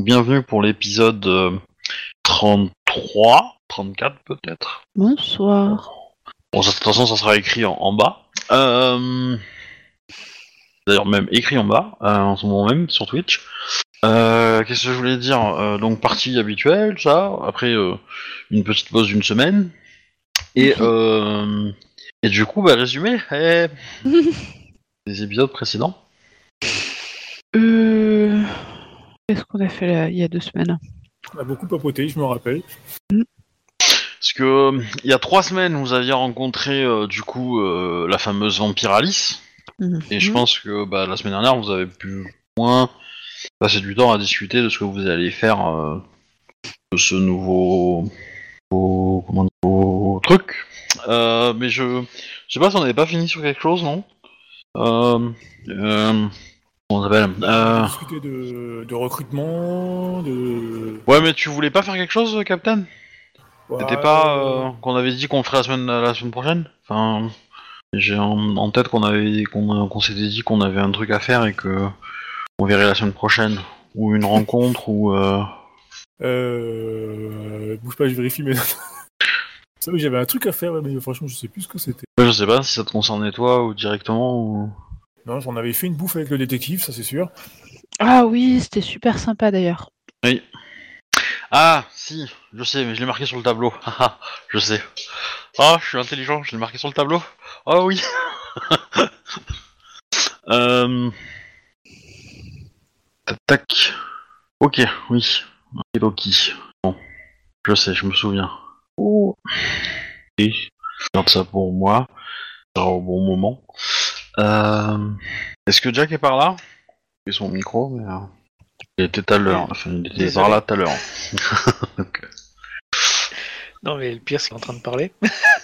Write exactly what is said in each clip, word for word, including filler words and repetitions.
donc bienvenue pour l'épisode euh, trente-trois, trente-quatre peut-être. Bonsoir. Bon, ça, de toute façon, ça sera écrit en, en bas. Euh... D'ailleurs, même écrit en bas, euh, en ce moment même, sur Twitch. Euh, qu'est-ce que je voulais dire euh, Donc, partie habituelle, ça. Après, euh, une petite pause d'une semaine. Et, euh... Et du coup, bah, résumé eh... des épisodes précédents. Euh... Qu'est-ce qu'on a fait là, il y a deux semaines? On a beaucoup papoté, je me rappelle. Parce que il y a trois semaines, vous aviez rencontré euh, du coup euh, la fameuse vampire Alice. Mmh. Et je pense que bah, la semaine dernière, vous avez pu au moins passer du temps à discuter de ce que vous allez faire euh, de ce nouveau, nouveau, comment dire, nouveau truc. Euh, mais je, je sais pas si on n'avait pas fini sur quelque chose, non euh, euh, Comment on s'appelle On euh... discutait de, de recrutement, de... Ouais, mais tu voulais pas faire quelque chose, Captain Ouais, C'était pas euh, qu'on avait dit qu'on le ferait la semaine, la semaine prochaine Enfin, j'ai en, en tête qu'on avait, qu'on, qu'on s'était dit qu'on avait un truc à faire et que on verrait la semaine prochaine, ou une rencontre, ou. Euh... Euh... Bouge pas, je vérifie mes notes. C'est vrai que j'avais un truc à faire, mais franchement, je sais plus ce que c'était. Ouais, je sais pas si ça te concernait toi ou directement. Ou... Non, j'en avais fait une bouffe avec le détective, ça c'est sûr. Ah oui, c'était super sympa d'ailleurs. Oui. Ah, si, je sais, mais je l'ai marqué sur le tableau. Haha, je sais. Ah, je suis intelligent, je l'ai marqué sur le tableau. Oh oui. euh... Tac. Ok, oui. Ok, ok. Bon, je sais, je me souviens. Oh. Et je garde ça pour moi. Ça sera au bon moment. Euh... Est-ce que Jack est par là? Il a son micro, mais euh, il était tout à l'heure. Enfin, il était Désolé. par là tout à l'heure. Donc, Non, mais le pire, c'est qu'il est en train de parler.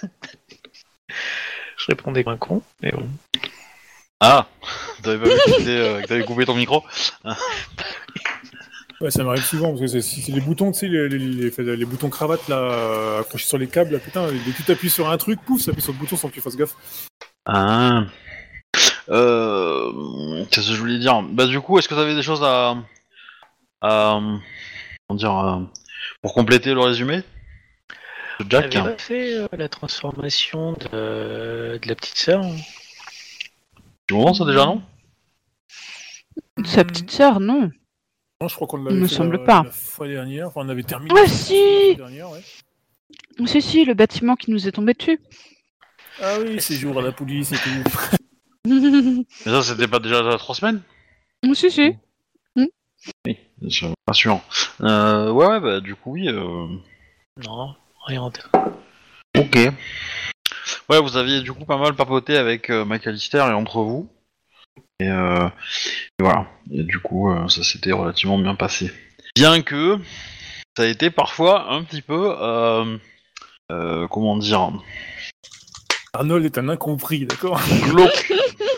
Je répondais comme un con, mais bon. Ah, t'avais pas vu que, t'étais, euh, que t'avais coupé ton micro? Ouais, ça m'arrive souvent, parce que c'est, c'est les boutons, tu sais, les, les, les, les boutons cravates, là, accrochés sur les câbles, là, putain, dès que tu t'appuies sur un truc, pouf, ça appuie sur le bouton sans que tu fasses gaffe. Ah. Euh... Qu'est-ce que je voulais dire? Bah du coup, est-ce que t'avais des choses à... à... Comment dire... euh, pour compléter le résumé de Jack? J'avais pas fait euh, la transformation de, de la petite sœur. Du moment ça déjà, non? Sa petite sœur, non. Non, je crois qu'on Il l'avait me fait semble la, pas. la fois dernière, enfin, on avait terminé Ah la si fois dernière, ouais. Si, si, le bâtiment qui nous est tombé dessus. Ah oui, ces jours à la police et tout. Si, Mais ça, c'était pas déjà trois semaines? si. Oui, je suis pas sûr. Euh, ouais, ouais, bah du coup, oui. Euh... Non, rien en tête. Ok. Ouais, vous aviez du coup pas mal papoté avec euh, McAllister et entre vous. Et, euh, et voilà. Et du coup, euh, ça s'était relativement bien passé. Bien que ça a été parfois un petit peu, euh, euh, comment dire, Arnold est un incompris, d'accord? glauque.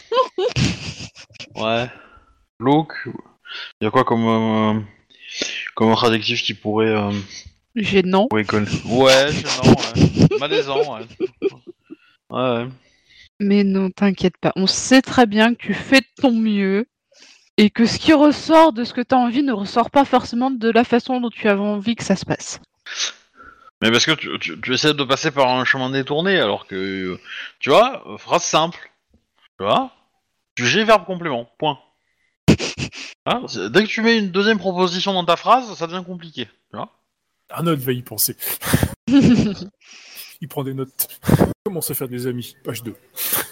Ouais, glauque. Il y a quoi comme euh, comme autre adjectif qui pourrait, euh, Gênant. pourrait coller? Ouais, gênant, ouais. Malaisant, ouais. Ouais, ouais. Mais non, t'inquiète pas. On sait très bien que tu fais de ton mieux et que ce qui ressort de ce que t'as envie ne ressort pas forcément de la façon dont tu avais envie que ça se passe. Mais parce que tu, tu, tu essaies de passer par un chemin détourné, alors que, tu vois, euh, phrase simple, tu vois, sujet, verbe, complément, point. Hein, c'est- dès que tu mets une deuxième proposition dans ta phrase, ça devient compliqué, tu vois. Arnold va y penser. Il prend des notes. Comment se faire des amis? Page deux.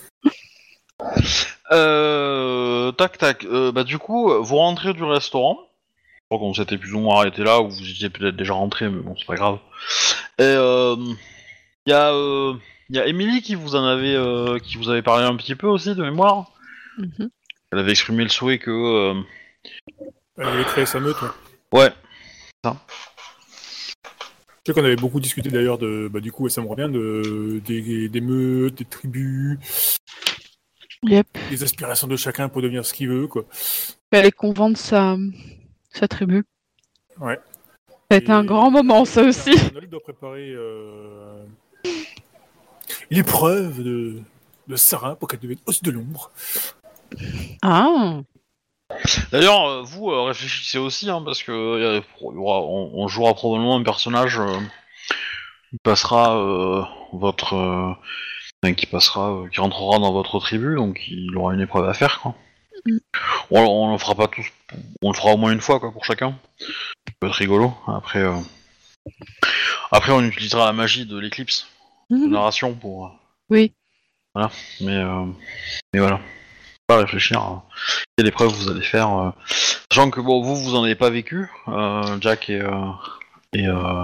Euh, tac tac, euh, bah du coup, vous rentrez du restaurant, je crois qu'on s'était plus ou moins arrêté là, ou vous étiez peut-être déjà rentré, mais bon, c'est pas grave. Et euh, y a, euh, y a Emily qui vous en avait, euh, qui vous avait parlé un petit peu aussi, de mémoire. Mhm. Elle avait exprimé le souhait que... Euh... Elle voulait créer sa meute, ouais. Ouais, ça. Je sais qu'on avait beaucoup discuté d'ailleurs de, bah du coup, ça me revient, de, des, des meutes, des tribus, Yep. des aspirations de chacun pour devenir ce qu'il veut, quoi. Fallait convaincre sa, sa tribu. Ouais. Ça a été un grand moment, ça aussi. Arnold doit préparer euh, l'épreuve de, de Sarah pour qu'elle devienne os de l'ombre. Ah. D'ailleurs, euh, vous euh, réfléchissez aussi, hein, parce que euh, il y aura, on, on jouera probablement un personnage euh, qui passera euh, votre, euh, enfin, qui passera, euh, qui rentrera dans votre tribu, donc il aura une épreuve à faire, quoi. Mm. On, on le fera pas tous, on le fera au moins une fois, quoi, pour chacun. Ça peut être rigolo. Après, euh, après, on utilisera la magie de l'éclipse de narration pour. Oui. Voilà, mais euh, mais voilà. Pas réfléchir à quelle épreuve vous allez faire. Euh... Sachant que bon, vous, vous en avez pas vécu, euh, Jack et euh, et, euh,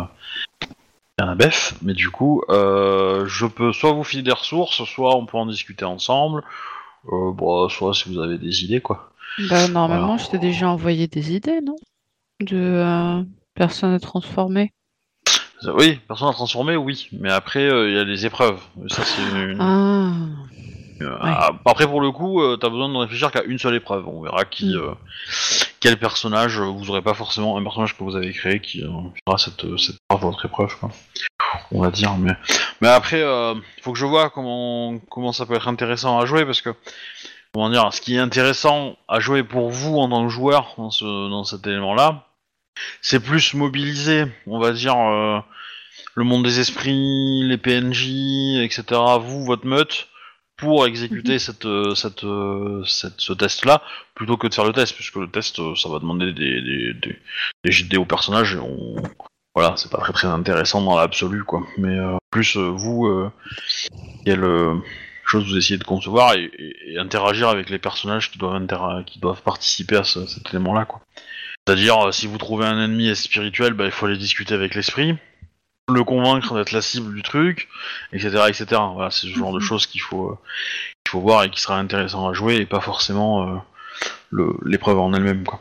et Annabeth, mais du coup, euh, je peux soit vous filer des ressources, soit on peut en discuter ensemble, euh, bon, soit si vous avez des idées, quoi. Bah, normalement, Voilà. je t'ai déjà envoyé des idées, non? De euh, personnes à transformer. Oui, personne à transformer, oui, mais après, il euh, y a les épreuves. Ça, c'est une... Ah. Euh, Ouais. Après, pour le coup, euh, t'as besoin de réfléchir qu'à une seule épreuve. On verra qui, Mm. euh, quel personnage. euh, Vous aurez pas forcément un personnage que vous avez créé qui euh, fera cette, cette votre épreuve, quoi. On va dire. Mais, mais après, euh, faut que je vois comment comment ça peut être intéressant à jouer parce que comment dire, ce qui est intéressant à jouer pour vous en tant que joueur dans ce dans cet élément-là, c'est plus mobiliser, on va dire, euh, le monde des esprits, les P N J, et cetera. Vous, votre meute. Pour exécuter Mhm. cette, euh, cette, euh, cette, ce test-là, plutôt que de faire le test, puisque le test, euh, ça va demander des, des, des, des J D au personnage, et on... voilà, c'est pas très très intéressant dans l'absolu, quoi. Mais euh, plus, euh, vous, euh, quelle euh, chose vous essayez de concevoir, et, et, et interagir avec les personnages qui doivent, inter- qui doivent participer à ce, cet élément-là, quoi. C'est-à-dire, euh, si vous trouvez un ennemi spirituel, bah, il faut aller discuter avec l'esprit, le convaincre d'être la cible du truc, et cetera, et cetera. Voilà, c'est ce genre de choses qu'il faut, euh, qu'il faut voir et qui sera intéressant à jouer, et pas forcément euh, le, l'épreuve en elle-même, quoi.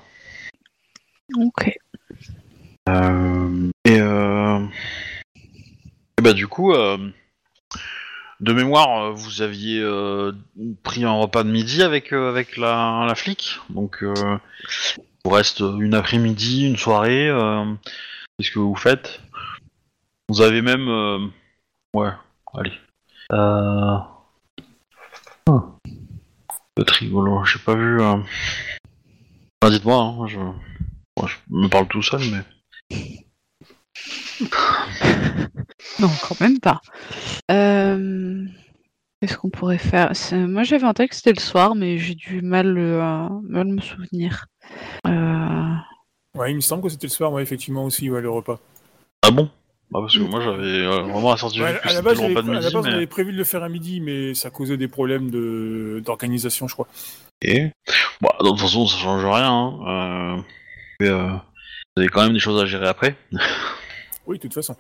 Ok. Euh, et, euh, et bah du coup, euh, de mémoire, vous aviez euh, pris un repas de midi avec euh, avec la, la flic, donc euh, il vous reste une après-midi, une soirée. Euh, qu'est-ce que vous faites? Vous avez même, euh, ouais, allez. Euh... Oh. Peut-être rigolo, j'ai pas vu. Euh... Enfin, dites-moi, hein, je... Bon, je me parle tout seul, mais. Non, quand même pas. Euh... Qu'est-ce qu'on pourrait faire? C'est- Moi, j'avais en tête que c'était le soir, mais j'ai du mal, euh, mal me souvenir. Euh... Ouais, il me semble que c'était le soir, ouais, effectivement aussi, ouais, le repas. Ah bon? Bah parce que Mm. moi j'avais euh, vraiment la certitude Ouais, que à la c'était base, le j'avais- repas de à la midi, base, on mais. avait prévu de le faire à midi, mais ça causait des problèmes de d'organisation, je crois. Et bon, de toute façon, ça change rien. Hein. Euh... Mais, euh, vous avez quand même des choses à gérer après. Oui, de toute façon.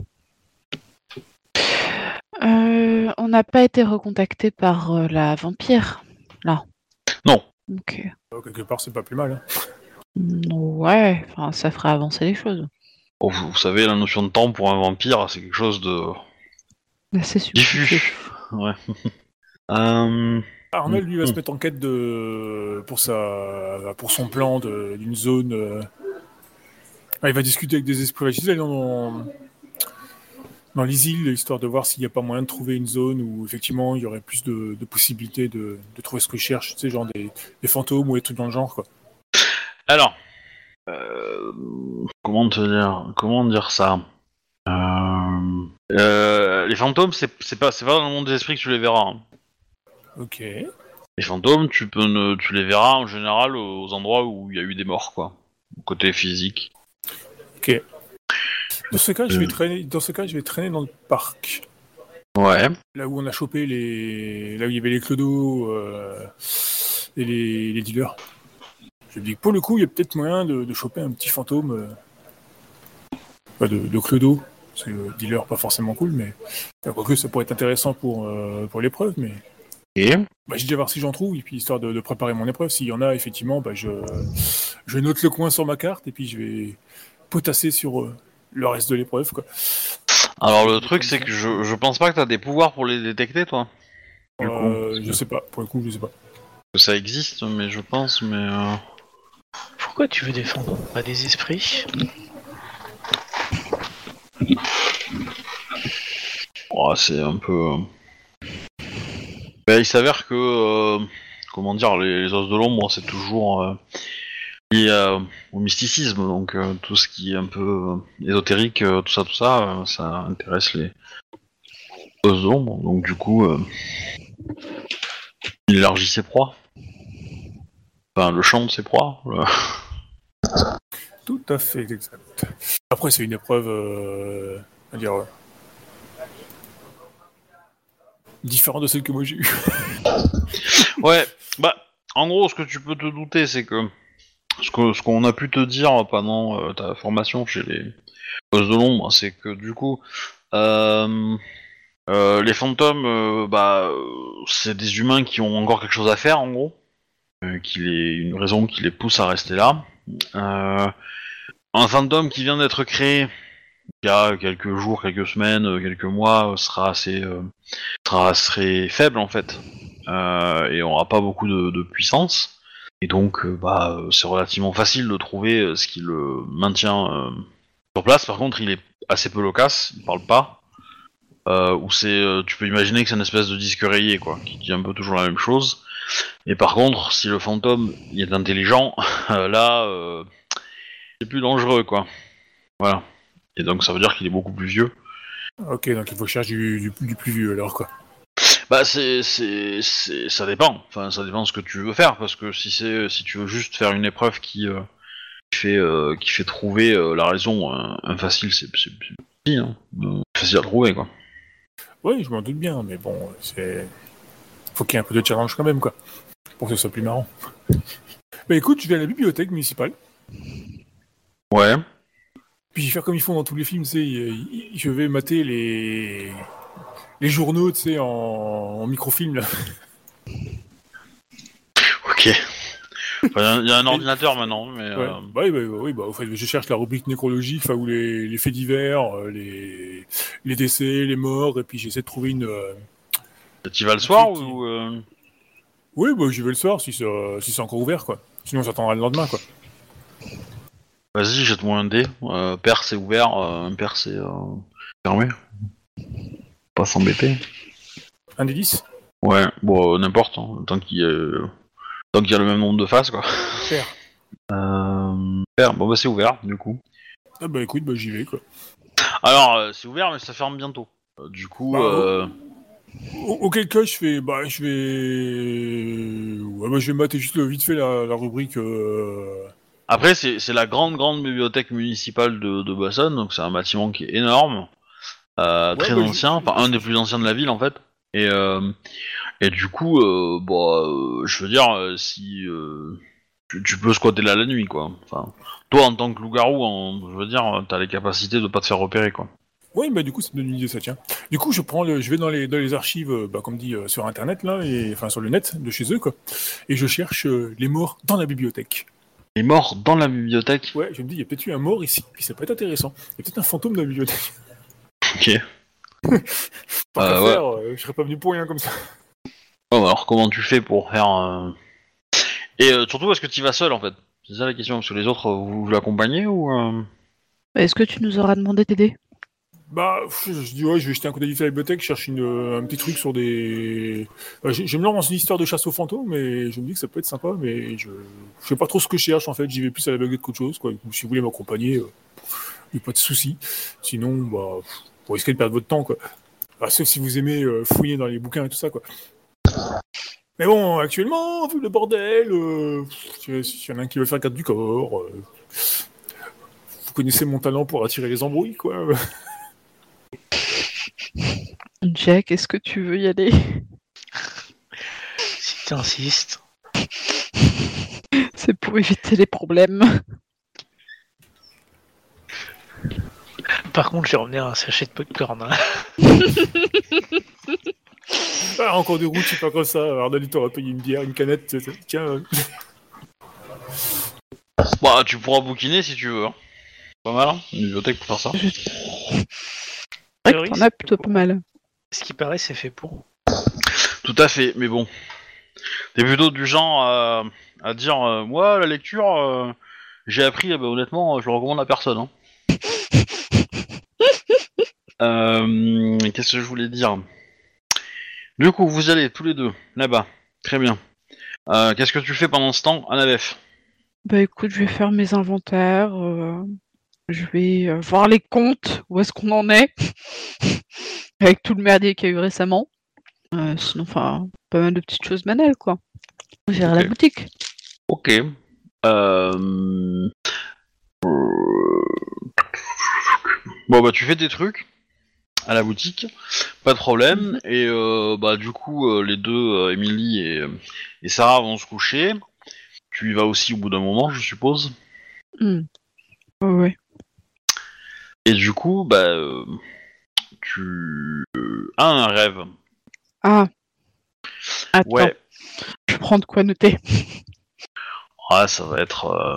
Euh, on n'a pas été recontacté par euh, la vampire, là. Non. Ok. Euh, quelque part, c'est pas plus mal. Hein. Mm, Ouais, enfin, ça ferait avancer les choses. Bon, vous, vous savez, la notion de temps pour un vampire, c'est quelque chose de Bah, c'est diffus. subjectif. Ouais. euh... Arnold, lui, va Mm. se mettre en quête de pour sa pour son plan de- d'une zone. euh, ah, il va discuter avec des esprits. Il va aller dans, dans les îles, histoire de voir s'il n'y a pas moyen de trouver une zone où effectivement il y aurait plus de, de possibilités de, de trouver ce que je cherche, tu sais, genre des, des fantômes ou des trucs dans le genre, quoi. Alors, euh... comment te dire, comment dire ça? Euh... Euh... Les fantômes, c'est c'est pas c'est pas dans le monde des esprits que tu les verras. Hein. Ok. Les fantômes, tu peux ne... tu les verras en général aux endroits où il y a eu des morts, quoi. Côté physique. Ok. Dans ce cas, je vais traîner. Dans ce cas, je vais traîner dans le parc. Ouais. Là où on a chopé les, là où il y avait les clodos euh, et les, les dealers. Je me dis que pour le coup, il y a peut-être moyen de, de choper un petit fantôme euh... enfin, de, de clodo. Parce que le dealer, pas forcément cool, mais enfin, quoique ça pourrait être intéressant pour euh, pour l'épreuve, mais. Et Bah, j'ai déjà voir si j'en trouve, et puis histoire de, de préparer mon épreuve. S'il y en a, effectivement, bah, je, je note le coin sur ma carte, et puis je vais potasser sur euh, le reste de l'épreuve, quoi. alors le truc c'est que je, je pense pas que t'as des pouvoirs pour les détecter, toi. Du coup, Euh, parce je que- sais pas, pour le coup, je sais pas. que ça existe, mais je pense, mais. Euh... Pourquoi tu veux défendre pas des esprits? Oh, c'est un peu. euh, Ben, il s'avère que, euh, comment dire, les, les os de l'ombre, c'est toujours, euh, liées euh, au mysticisme, donc euh, tout ce qui est un peu euh, ésotérique, euh, tout ça, tout ça, euh, ça intéresse les choses d'ombre. Donc du coup, euh, il élargit ses proies. Enfin, le champ de ses proies. euh. Tout à fait exact. Après, c'est une épreuve, euh, à dire, euh, différente de celle que moi j'ai eue. Ouais, bah, en gros, ce que tu peux te douter, c'est que ce que ce qu'on a pu te dire pendant euh, ta formation chez les Bosses de l'ombre, c'est que du coup, euh, euh, les fantômes, euh, bah, euh, c'est des humains qui ont encore quelque chose à faire, en gros, euh, qui les, une raison qui les pousse à rester là. Euh, un fantôme qui vient d'être créé il y a quelques jours, quelques semaines, euh, quelques mois, sera assez, euh, sera assez faible en fait, euh, et aura pas beaucoup de, de puissance. Et donc, euh, bah, euh, c'est relativement facile de trouver euh, ce qui le maintient euh, sur place. Par contre, il est assez peu loquace, il parle pas. Euh, où c'est, euh, tu peux imaginer que c'est une espèce de disque rayé, quoi, qui dit un peu toujours la même chose. Et par contre, si le fantôme il est intelligent, euh, là, euh, c'est plus dangereux, quoi. Voilà. Et donc, ça veut dire qu'il est beaucoup plus vieux. Ok, donc il faut chercher du, du, du plus vieux alors quoi. Bah, c'est, c'est, c'est, ça dépend. Enfin, ça dépend de ce que tu veux faire, parce que si c'est, si tu veux juste faire une épreuve qui, euh, qui fait, euh, qui fait trouver euh, la raison, euh, un facile, c'est, c'est, c'est petit, hein. Euh, facile à trouver, quoi. Oui, je m'en doute bien, mais bon, c'est. Faut qu'il y ait un peu de challenge quand même, quoi. Pour que ce soit plus marrant. Bah écoute, je vais à la bibliothèque municipale. Ouais. Puis je vais faire comme ils font dans tous les films, tu sais. y- y- Je vais mater les. Les journaux, tu sais, en, en microfilm, là. Ok. Il enfin, y, y a un ordinateur maintenant, mais. Ouais, Euh... bah, oui, bah, oui, bah, au fait, je cherche la rubrique nécrologique, enfin, où les, les faits divers, euh, les, les décès, les morts, et puis j'essaie de trouver une. Euh... Tu vas le soir un truc qui- ou. Euh... Oui, bah, j'y vais le soir si c'est si c'est encore ouvert, quoi. Sinon, j'attendrai le lendemain, quoi. Vas-y, jette-moi un dé. Euh, pair c'est ouvert, euh, impair c'est euh, fermé. Pas s'embêter. Un des dix. Ouais, bon, euh, n'importe, hein, tant qu'il y, a... tant qu'il y a le même nombre de faces, quoi. Pair. Euh... pair, bon bah c'est ouvert, du coup. Ah bah écoute, bah j'y vais, quoi. Alors, euh, c'est ouvert, mais ça ferme bientôt. Euh, du coup, Bah, euh... Au- Auquel cas, je fais, bah, je vais, ouais, bah, je vais mater juste vite fait la, la rubrique. Euh... après, c'est, c'est la grande, grande bibliothèque municipale de, de Boston, donc c'est un bâtiment qui est énorme, euh, Ouais, très bah, ancien, je- enfin un des plus anciens de la ville en fait. Et, euh, et du coup, euh, bon, euh, je veux dire, euh, si euh, tu, tu peux squatter là la nuit, quoi. Enfin, toi en tant que loup-garou, en- je veux dire, t'as les capacités de pas te faire repérer, quoi. Oui, bah du coup, ça me donne une idée, ça tient. Du coup, je prends le, je vais dans les, dans les archives, euh, bah, comme dit, euh, sur Internet là, et enfin sur le net de chez eux, quoi. Et je cherche euh, les morts dans la bibliothèque. Les morts dans la bibliothèque. Ouais, je me dis, il y a peut-être eu un mort ici, puis ça peut être intéressant. Il y a peut-être un fantôme dans la bibliothèque. Ok. Tant Euh, qu'à ouais. faire, euh, je serais pas venu pour rien comme ça. Oh, bah alors comment tu fais pour faire euh, et euh, surtout, est-ce que tu vas seul en fait? C'est ça la question, parce que les autres, vous, vous l'accompagnez ou euh... Est-ce que tu nous auras demandé d'aider? Bah, pff, je dis, ouais, je vais jeter un coup d'œil à la bibliothèque, je cherche une, euh, un petit truc sur des. Euh, j'ai- J'aime bien dans une histoire de chasse aux fantômes, mais je me dis que ça peut être sympa, mais je, je sais pas trop ce que je cherche en fait, j'y vais plus à la baguette qu'autre chose, quoi. Si vous voulez m'accompagner, euh, y a pas de souci. Sinon, bah, pff, vous risquez de perdre votre temps, quoi. Enfin, sauf si vous aimez euh, fouiller dans les bouquins et tout ça, quoi. Mais bon, actuellement, vu le bordel, euh, pff, s'il y en a un qui veut faire garde du corps, euh, vous connaissez mon talent pour attirer les embrouilles, quoi. Jack, est-ce que tu veux y aller? Si t'insistes. C'est pour éviter les problèmes. Par contre, je vais revenir un sachet de popcorn. Hein. Ah, encore des routes, c'est pas comme ça. Arnaud, t'auras payé une bière, une canette. Tiens. euh. Bah, tu pourras bouquiner si tu veux. Hein. Pas mal, hein, une bibliothèque pour faire ça. Je... C'est vrai que t'en as plutôt pas mal. Ce qui paraît, c'est fait pour. Tout à fait, mais bon. T'es plutôt du genre à, à dire, euh, moi, la lecture, euh, j'ai appris, eh ben, honnêtement, je le recommande à personne. Hein. euh, Qu'est-ce que je voulais dire? Du coup, vous allez tous les deux, là-bas. Très bien. Euh, Qu'est-ce que tu fais pendant ce temps à Navef? Bah écoute, je vais faire mes inventaires, euh, je vais euh, voir les comptes, où est-ce qu'on en est, avec tout le merdier qu'il y a eu récemment. Euh, sinon, enfin, pas mal de petites choses banales, quoi. Gérer la Ok. boutique. Ok. Euh... Bon bah tu fais tes trucs à la boutique, pas de problème. Mhm. Et euh, bah du coup euh, les deux, euh, Emily et, et Sarah vont se coucher. Tu y vas aussi au bout d'un moment, je suppose. Hmm. Ouais, ouais. Et du coup bah euh, tu euh, as un rêve. Ah, attends, Ouais. je prends de quoi noter. Ouais, ça va être euh,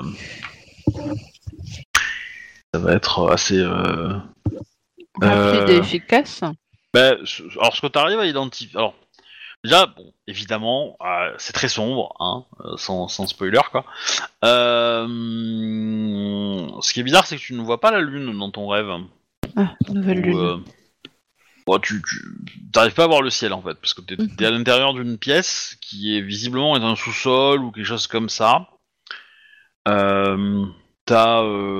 ça va être assez. Euh... Rapide et Euh... efficace. Bah, ce- alors ce que tu arrives à identifier. Alors déjà, bon, évidemment, euh, c'est très sombre, hein, euh, sans, sans spoiler quoi. Euh, Ce qui est bizarre, c'est que tu ne vois pas la lune dans ton rêve. Ah, nouvelle Ou lune. euh, bon, tu, tu t'arrives pas à voir le ciel en fait, parce que t'es, t'es Mhm. à l'intérieur d'une pièce qui est visiblement est un sous-sol ou quelque chose comme ça. Euh, T'as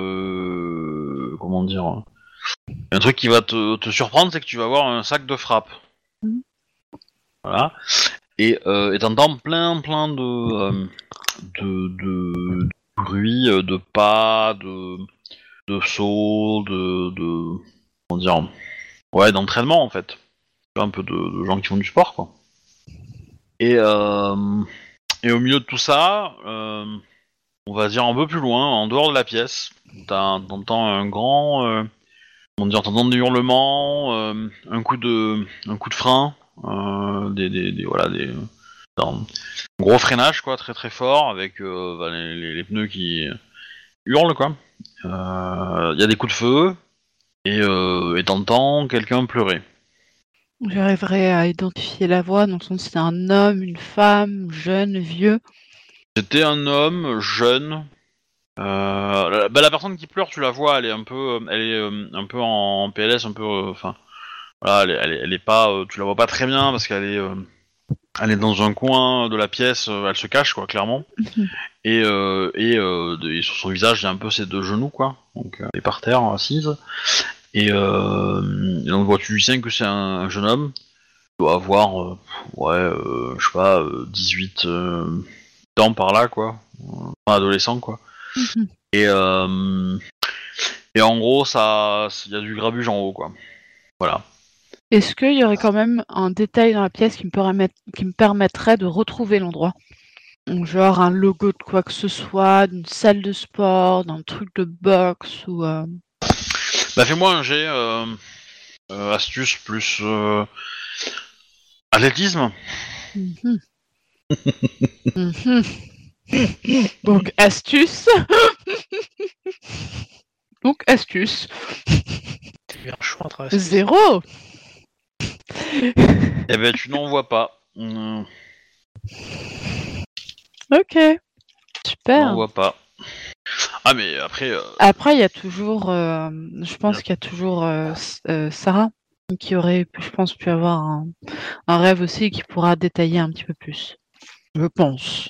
euh, comment dire, un truc qui va te, te surprendre, c'est que tu vas voir un sac de frappe. Mhm. Voilà. Et euh, et t'entends plein plein de euh, de, de, de bruits, euh, de pas, de de sauts, de, de comment dire, ouais, d'entraînement en fait. Un peu de, de gens qui font du sport quoi. Et euh, et au milieu de tout ça, euh, on va dire un peu plus loin, en dehors de la pièce, t'as- t'entends un grand, euh, comment dire, t'entends des hurlements, euh, un coup de un coup de frein, euh, des, des, des voilà des un gros freinage quoi, très très fort avec euh, bah, les, les- les pneus qui hurlent quoi. Il y a des coups de feu et euh, et t'entends quelqu'un pleurer. J'arriverai à identifier la voix, dans le sens si c'est un homme, une femme, jeune, vieux. C'était un homme jeune. Euh, la, bah, la personne qui pleure, tu la vois, elle est un peu, elle est euh, un peu en P L S, un peu, euh, enfin, voilà, elle est, elle est, elle est pas, euh, tu la vois pas très bien parce qu'elle est, euh, elle est dans un coin de la pièce, euh, elle se cache quoi, clairement. Mhm. Et euh, et, euh, de- et sur son visage, il y a un peu ses deux genoux quoi, donc euh, elle est par terre assise. Et, euh, et donc, tu sens que c'est un, un jeune homme. Il doit avoir, euh, ouais, euh, je sais pas, euh, dix-huit euh, ans par là quoi, un adolescent quoi. Mhm. Et euh, Et en gros, ça, il y a du grabuge en haut, quoi. Voilà. Est-ce qu'il y aurait quand même un détail dans la pièce qui me, permet- qui me permettrait de retrouver l'endroit? Donc, genre un logo de quoi que ce soit, d'une salle de sport, d'un truc de boxe ou... euh, Bah, fais-moi un jet euh, euh, astuce plus euh, athlétisme. Mhm. Mhm. Donc astuce. Donc astuce. T'as eu un choix entre astuce. Zéro. Eh ben, tu n'en vois pas. Hum, Ok. tu n'en Super. vois pas. Ah, mais après, euh, Après, il y a toujours, euh, je pense Bien. qu'il y a toujours euh, S- euh, Sarah qui aurait, je pense, pu avoir un, un rêve aussi qui pourra détailler un petit peu plus. Je pense.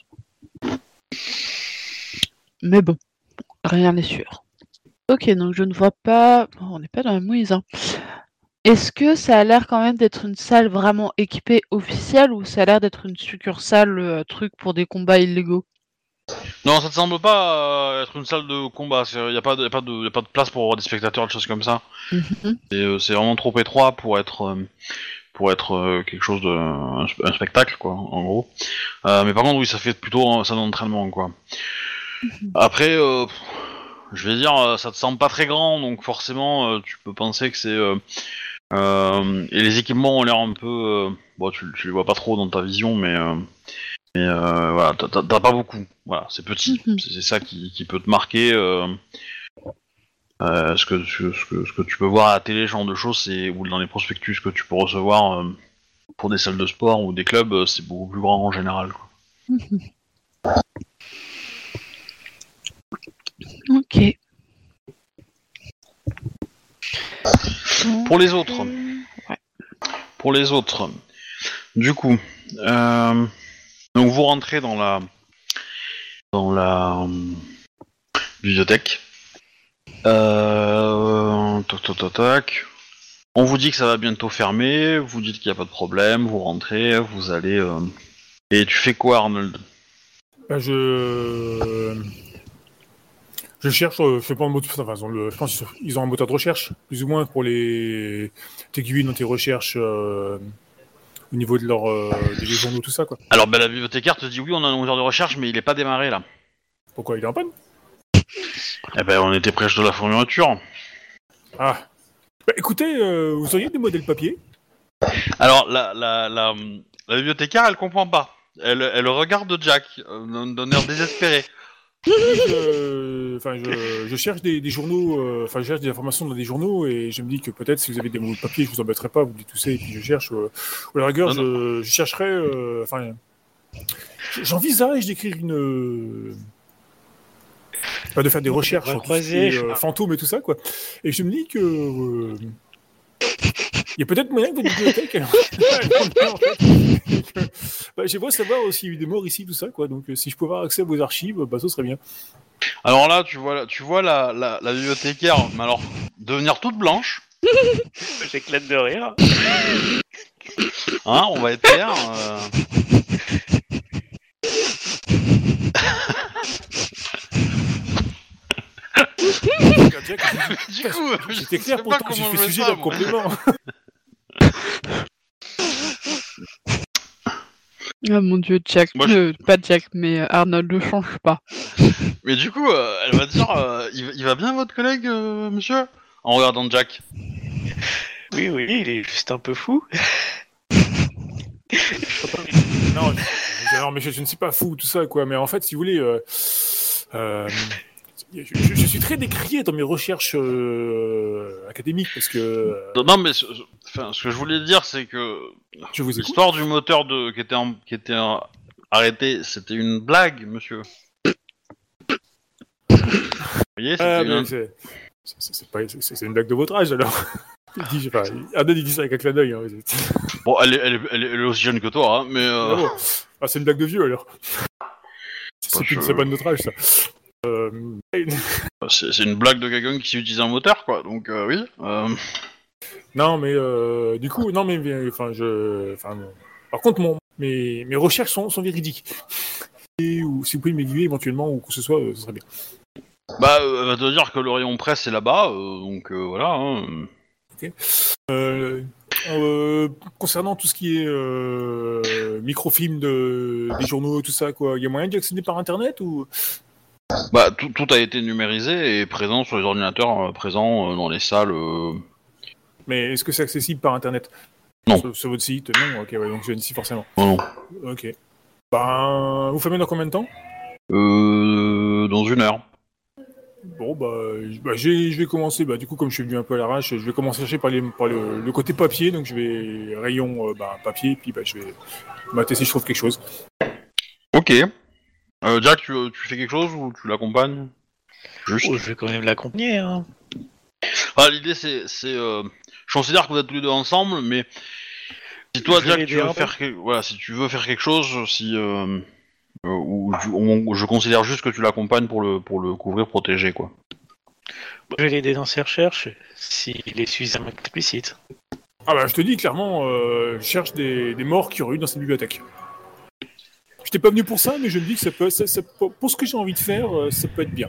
Mais bon, rien n'est sûr. Ok, donc je ne vois pas. Bon, on n'est pas dans la mouise, hein. Est-ce que ça a l'air quand même d'être une salle vraiment équipée officielle ou ça a l'air d'être une succursale, euh, truc pour des combats illégaux? non, ça te semble pas euh, être une salle de combat. Il y a pas de, y a pas de, y a pas de place pour des spectateurs, des choses comme ça. Mhm. C'est euh, c'est vraiment trop étroit pour être, euh, pour être euh, quelque chose de, un, sp- un spectacle, quoi, en gros. Euh, mais par contre, oui, ça fait plutôt un salle d'entraînement, quoi. Après, euh, je vais dire, euh, ça te semble pas très grand, donc forcément, euh, tu peux penser que c'est. Euh, euh, et les équipements ont l'air un peu. Euh, bon, tu, tu les vois pas trop dans ta vision, mais. Euh, mais euh, voilà, t'as t'as- t'as pas beaucoup. Voilà, c'est petit. Mhm. C'est c'est ça qui, qui peut te marquer. Euh, euh, ce, que, ce, ce que, ce que tu peux voir à la télé, ce genre de choses, c'est ou dans les prospectus que tu peux recevoir euh, pour des salles de sport ou des clubs, euh, c'est beaucoup plus grand en général, quoi. Mhm. Ok. Donc, Pour les autres, euh, ouais. pour les autres, du coup, euh, donc vous rentrez dans la dans la bibliothèque. Euh... Tac, tac, tac, tac. On vous dit que ça va bientôt fermer, vous dites qu'il n'y a pas de problème, vous rentrez, vous allez... Euh... Et tu fais quoi, Arnold? Bah, je... Je cherche, euh, je sais pas un moteur, enfin, ils ont le, je pense qu'ils ont un moteur de recherche, plus ou moins, pour les t'aiguiller dans tes recherches euh, au niveau de leur, euh, des journaux, tout ça, quoi. Alors, ben, la bibliothécaire te dit oui, on a un moteur de recherche, mais il est pas démarré, là. Pourquoi, il est en panne? Eh ben, on était près de la fourniture. Ah. Bah, écoutez, euh, vous auriez des modèles papier? Alors, la, la, la, la bibliothécaire, elle comprend pas. Elle, elle regarde Jack, euh, d'un air désespéré. je, enfin, je, je cherche des, des journaux, enfin, euh, je cherche des informations dans des journaux et je me dis que peut-être si vous avez des mots de papier, je vous embêterai pas, vous dites tout ça et puis je cherche. Euh, ou à la rigueur, je, je chercherai, euh, enfin, j'envisage d'écrire une, euh, enfin, de faire des recherches sur les euh, fantômes et tout ça, quoi. Et je me dis que euh, il y a peut-être moyen que votre bibliothèque. Alors, en fait, bah, j'aimerais savoir s'il y a eu des morts ici, tout ça, quoi. Donc, euh, si je pouvais avoir accès à vos archives, bah, ça serait bien. Alors là, tu vois, tu vois la, la, la bibliothécaire, mais alors, devenir toute blanche. J'éclate de rire. Hein, on va être clair. Euh... Du coup, c'était clair pourtant, j'ai fait sujet d'un complément. Oh mon dieu, Jack, Moi, euh, pas Jack, mais euh, Arnold ne change pas. Mais du coup, euh, elle va dire, euh, il, il va bien votre collègue, euh, monsieur? En regardant Jack. Oui, oui, il est juste un peu fou. non, je, non, mais je, je ne suis pas fou, tout ça, quoi. Mais en fait, si vous voulez, euh, euh, je, je, je suis très décrié dans mes recherches euh, académiques parce que. Euh, non, mais ce, enfin, ce que je voulais dire, c'est que je vous l'histoire du moteur de qui était en, qui était en, arrêté, c'était une blague, monsieur. Vous voyez, c'était ah, une... c'est, c'est, c'est, pas, c'est, c'est une blague de votre âge alors. Il dit, je sais pas, Arnold, il dit ça avec un clin d'œil. Hein. Bon, elle est, elle, est, elle, est, elle est aussi jeune que toi, hein, mais. Euh... Ah, bon. Ah, c'est une blague de vieux alors. C'est, plus, je... c'est pas de notre âge ça. Euh... C'est, c'est une blague de quelqu'un qui utilise un moteur, quoi. Donc euh, oui. Euh... Non, mais euh, du coup, non, mais enfin, je, enfin, par contre, mon, mes, mes recherches sont, sont véridiques. Et, ou si vous pouvez m'aiguiller éventuellement ou quoi que ce soit, euh, ce serait bien. Bah, euh, elle va te dire que le rayon presse est là-bas, euh, donc euh, voilà. Hein. Ok. Euh, euh, concernant tout ce qui est euh, microfilm de, des journaux, tout ça, quoi, il y a moyen d'y accéder par internet ou? Bah, tout, tout a été numérisé et présent sur les ordinateurs euh, présents euh, dans les salles. Euh... Mais est-ce que c'est accessible par internet? Non. Sur, sur votre site? Non. Ok, ouais, donc je viens d'ici forcément. Non. Ok. Ben, vous fermez dans combien de temps? Euh, dans une heure. Bon, bah, bah j'ai, je vais commencer, bah, du coup, comme je suis venu un peu à l'arrache, je vais commencer à chercher par, les, par le, le côté papier, donc je vais rayon euh, bah, papier, puis bah, je vais mater si je trouve quelque chose. Ok. Euh, Jack, tu, tu fais quelque chose ou tu l'accompagnes? Juste. Oh, je vais quand même l'accompagner, hein. Ah, l'idée, c'est... c'est euh... Je considère que vous êtes tous les deux ensemble, mais... Si toi, je Jack, tu veux faire... Que... Voilà, si tu veux faire quelque chose, si... Euh... Euh, ou, ou je considère juste que tu l'accompagnes pour le, pour le couvrir, protéger, quoi. Je vais l'aider dans ses recherches, s'il est suffisamment explicite. Ah bah, je te dis, clairement, euh, je cherche des, des morts qu'il y aurait eu dans cette bibliothèque. Je t'ai pas venu pour ça, mais je me dis que ça peut, ça, ça, pour ce que j'ai envie de faire, ça peut être bien.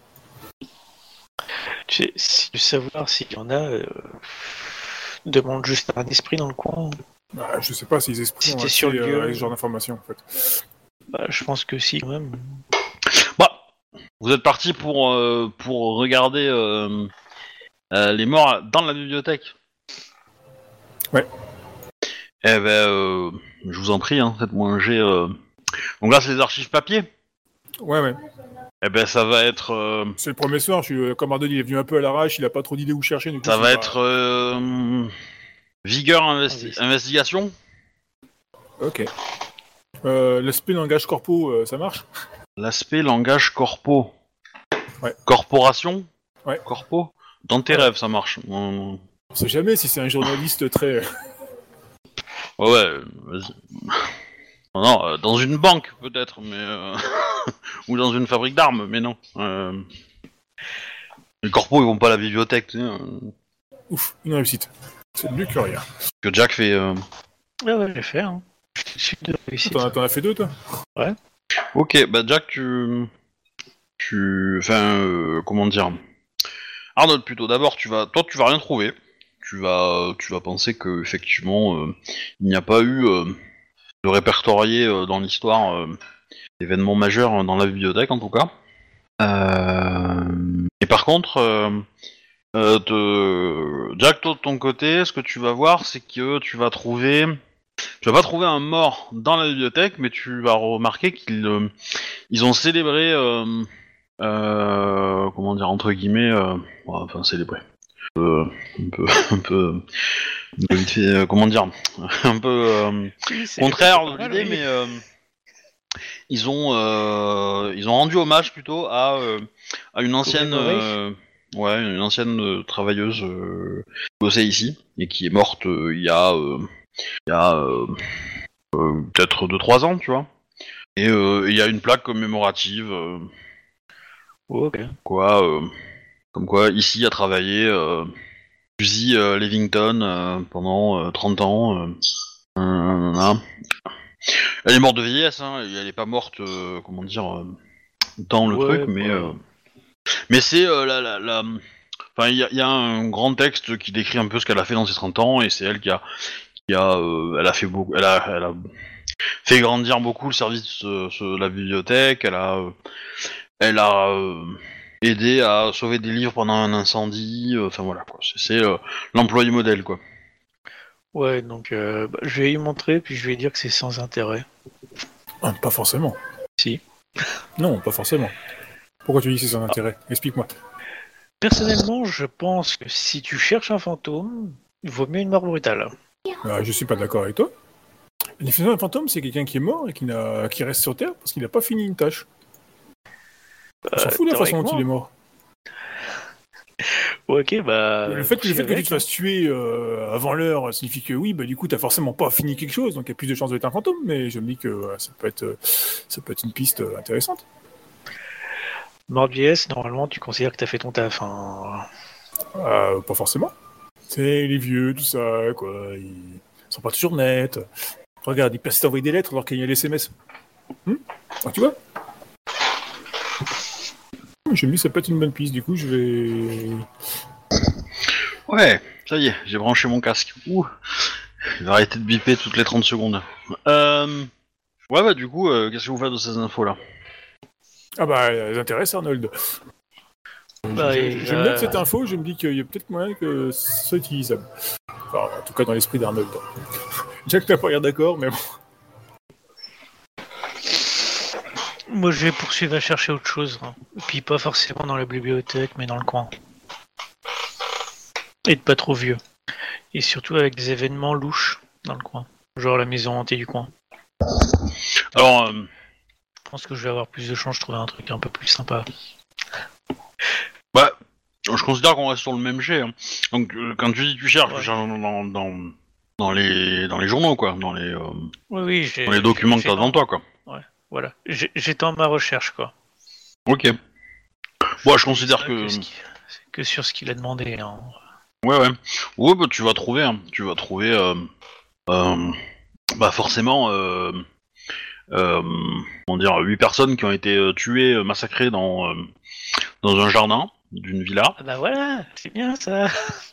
Tu sais, si tu veux savoir s'il y en a, euh, demande juste à un esprit dans le coin. Bah, je sais pas si les esprits si ont accès sur le lieu, à ce genre d'informations, en fait. Bah, je pense que si, quand même. Bah, vous êtes parti pour, euh, pour regarder euh, euh, les morts dans la bibliothèque. Ouais. Eh ben, euh, je vous en prie, hein, faites-moi un jet. Euh... Donc là, c'est les archives papier. Ouais, ouais. Eh ben, ça va être... Euh... C'est le premier soir, je suis, comme Arnaud, il est venu un peu à l'arrache, il a pas trop d'idées où chercher. Du coup, ça va pas... être... Euh... Vigueur investi... ah, oui. Investigation. Ok. Euh, l'aspect langage corpo, euh, ça marche? L'aspect langage corpo. Ouais. Corporation. Ouais. Corpo. Dans tes ouais. rêves, ça marche. On... On sait jamais si c'est un journaliste très... ouais, ouais, vas-y. Non, non euh, dans une banque, peut-être, mais... Euh... ou dans une fabrique d'armes, mais non. Euh... Les corpos, ils vont pas à la bibliothèque, tu sais, euh, Ouf, une réussite. C'est mieux que rien. que Jack fait. euh, Ouais, ouais, je vais faire. Hein. Je suis de réussite. T'en as, t'en as fait deux, toi? Ok, bah Jack, tu, tu, enfin, euh, comment dire, Arnold plutôt. D'abord, tu vas, toi, tu vas rien trouver. Tu vas, tu vas penser que effectivement, euh, il n'y a pas eu euh, de répertorié euh, dans l'histoire euh, d'événements majeurs dans la bibliothèque, en tout cas. Euh... Et par contre, euh, euh, te... Jack, toi de ton côté, ce que tu vas voir, c'est que tu vas trouver, tu vas pas trouver un mort dans la bibliothèque, mais tu vas remarquer qu'ils, euh, ils ont célébré, euh, euh, comment dire entre guillemets, euh... ouais, enfin célébré, euh, un peu, un peu, un peu vite fait, euh, comment dire, un peu euh, Oui, c'est- contraire c'est de pas mal, l'idée, oui. mais euh, ils ont, euh, ils ont rendu hommage plutôt à, euh, à une ancienne, Commémorer. euh, ouais, une ancienne euh, travailleuse euh, qui bossait ici et qui est morte euh, il y a, euh, il y a euh, euh, peut-être deux trois ans, tu vois. Et euh, il y a une plaque commémorative, euh, Oh, ok. quoi, euh, comme quoi ici a travaillé euh, Suzy euh, Levington euh, pendant euh, trente ans. Euh, euh, nanana. Elle est morte de vieillesse, hein, et elle est pas morte, euh, comment dire, euh, dans le Ouais, truc, mais bah, euh, mais c'est euh, la, la, la... Enfin, il y a, y a un grand texte qui décrit un peu ce qu'elle a fait dans ses trente ans, et c'est elle qui a, qui a, euh, elle a fait beaucoup, elle a, elle a fait grandir beaucoup le service de ce- de la bibliothèque. Elle a, euh, elle a euh, aidé à sauver des livres pendant un incendie. euh, Enfin voilà quoi, c'est c'est, euh, l'employé modèle quoi. ouais, donc euh, bah, je vais lui montrer, puis je vais lui dire que c'est sans intérêt. Ah, pas forcément. Si. Non, pas forcément. Pourquoi tu dis que c'est sans intérêt? Explique-moi. Personnellement, je pense que si tu cherches un fantôme, il vaut mieux une mort brutale. Euh, je suis pas d'accord avec toi. Définition d'un fantôme, c'est quelqu'un qui est mort et qui, n'a... qui reste sur Terre parce qu'il n'a pas fini une tâche. On s'en Euh, fout de la façon dont théoriquement. il est mort. Ok, bah. le fait, que, le fait que tu avec, te fasses tuer euh, avant l'heure signifie que oui, bah du coup, t'as forcément pas fini quelque chose, donc il y a plus de chances d'être un fantôme. Mais je me dis que euh, ça peut être, euh, ça peut être une piste euh, intéressante. Mort de vieillesse, normalement, tu considères que t'as fait ton taf. Hein. Euh, pas forcément. C'est les vieux, tout ça, quoi. Ils sont pas toujours nets. Regarde, ils persistent à envoyer des lettres alors qu'il y a les S M S. Hmm donc, tu vois. Je me dis ça peut être une bonne piste. Du coup, je vais. Ouais, ça y est, j'ai branché mon casque. Ouh, il va arrêter de biper toutes les trente secondes. Euh... Ouais bah du coup, euh, qu'est-ce que vous faites de ces infos là? Ah bah, elles intéressent Arnold. Bah, je, et, je, je me euh, note cette info, je me dis qu'il y a peut-être moyen que ce soit utilisable. Enfin, en tout cas dans l'esprit d'Arnold. Jack n'a pas l'air d'accord, mais bon. Moi, je vais poursuivre à chercher autre chose. Hein. Et puis pas forcément dans la bibliothèque, mais dans le coin. Et de pas trop vieux. Et surtout avec des événements louches dans le coin. Genre la maison hantée du coin. Alors, euh, Je pense que je vais avoir plus de chance de trouver un truc un peu plus sympa. bah, je considère qu'on reste sur le même jet. Hein. Donc euh, quand tu dis tu cherches, Ouais. tu cherches dans, dans, dans, dans les dans les journaux quoi, dans les euh, Oui, oui, j'ai. dans les documents que j'ai- t'as devant toi quoi. Voilà. J'ai- J'étends ma recherche, quoi. Ok. Moi, je considère C'est que que, ce qui- que sur ce qu'il a demandé. Hein. ouais ouais ouais bah tu vas trouver, hein. Tu vas trouver euh, euh, bah forcément euh, euh, comment dire huit personnes qui ont été euh, tuées, euh, massacrées dans euh, dans un jardin d'une villa. Ah bah voilà, c'est bien ça.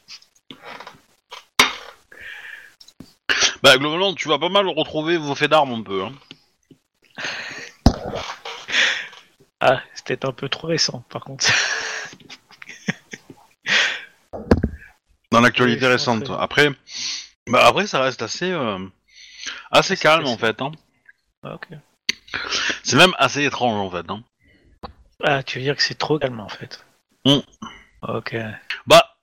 Bah globalement, tu vas pas mal retrouver vos faits d'armes un peu. Hein. Ah, c'était un peu trop récent, par contre. Dans l'actualité Oui, je récente. pense que- Après, bah après ça reste assez euh, assez Assez calme facile. en fait. Hein. Ah, ok. C'est même assez étrange en fait. Hein. Ah, tu veux dire que c'est trop calme en fait. Mm. Ok. Bah,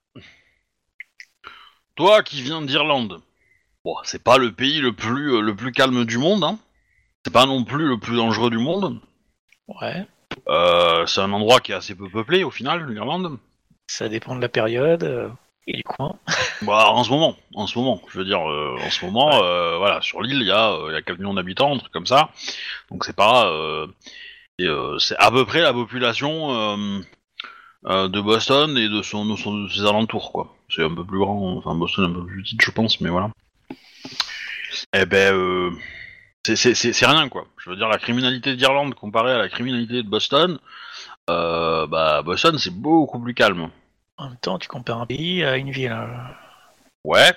toi qui viens d'Irlande, bon, c'est pas le pays le plus euh, le plus calme du monde. Hein. C'est pas non plus le plus dangereux du monde. Ouais. Euh, c'est un endroit qui est assez peu peuplé au final, l'Irlande. Ça dépend de la période euh, et du coin. Bah, en ce moment, en ce moment, je veux dire, euh, en ce moment, Ouais. euh, voilà, sur l'île, il y a, euh, il y a quatre millions d'habitants, un truc comme ça. Donc c'est pas, euh, et, euh, c'est à peu près la population euh, euh, de Boston et de, son, de, son- de ses alentours, quoi. C'est un peu plus grand, enfin Boston est un peu plus petite, je pense, mais voilà. Eh ben, euh, c'est, c'est, c'est, c'est rien, quoi. Je veux dire, la criminalité d'Irlande comparée à la criminalité de Boston, euh, bah Boston c'est beaucoup plus calme. En même temps, tu compares un pays à une ville. euh. Ouais.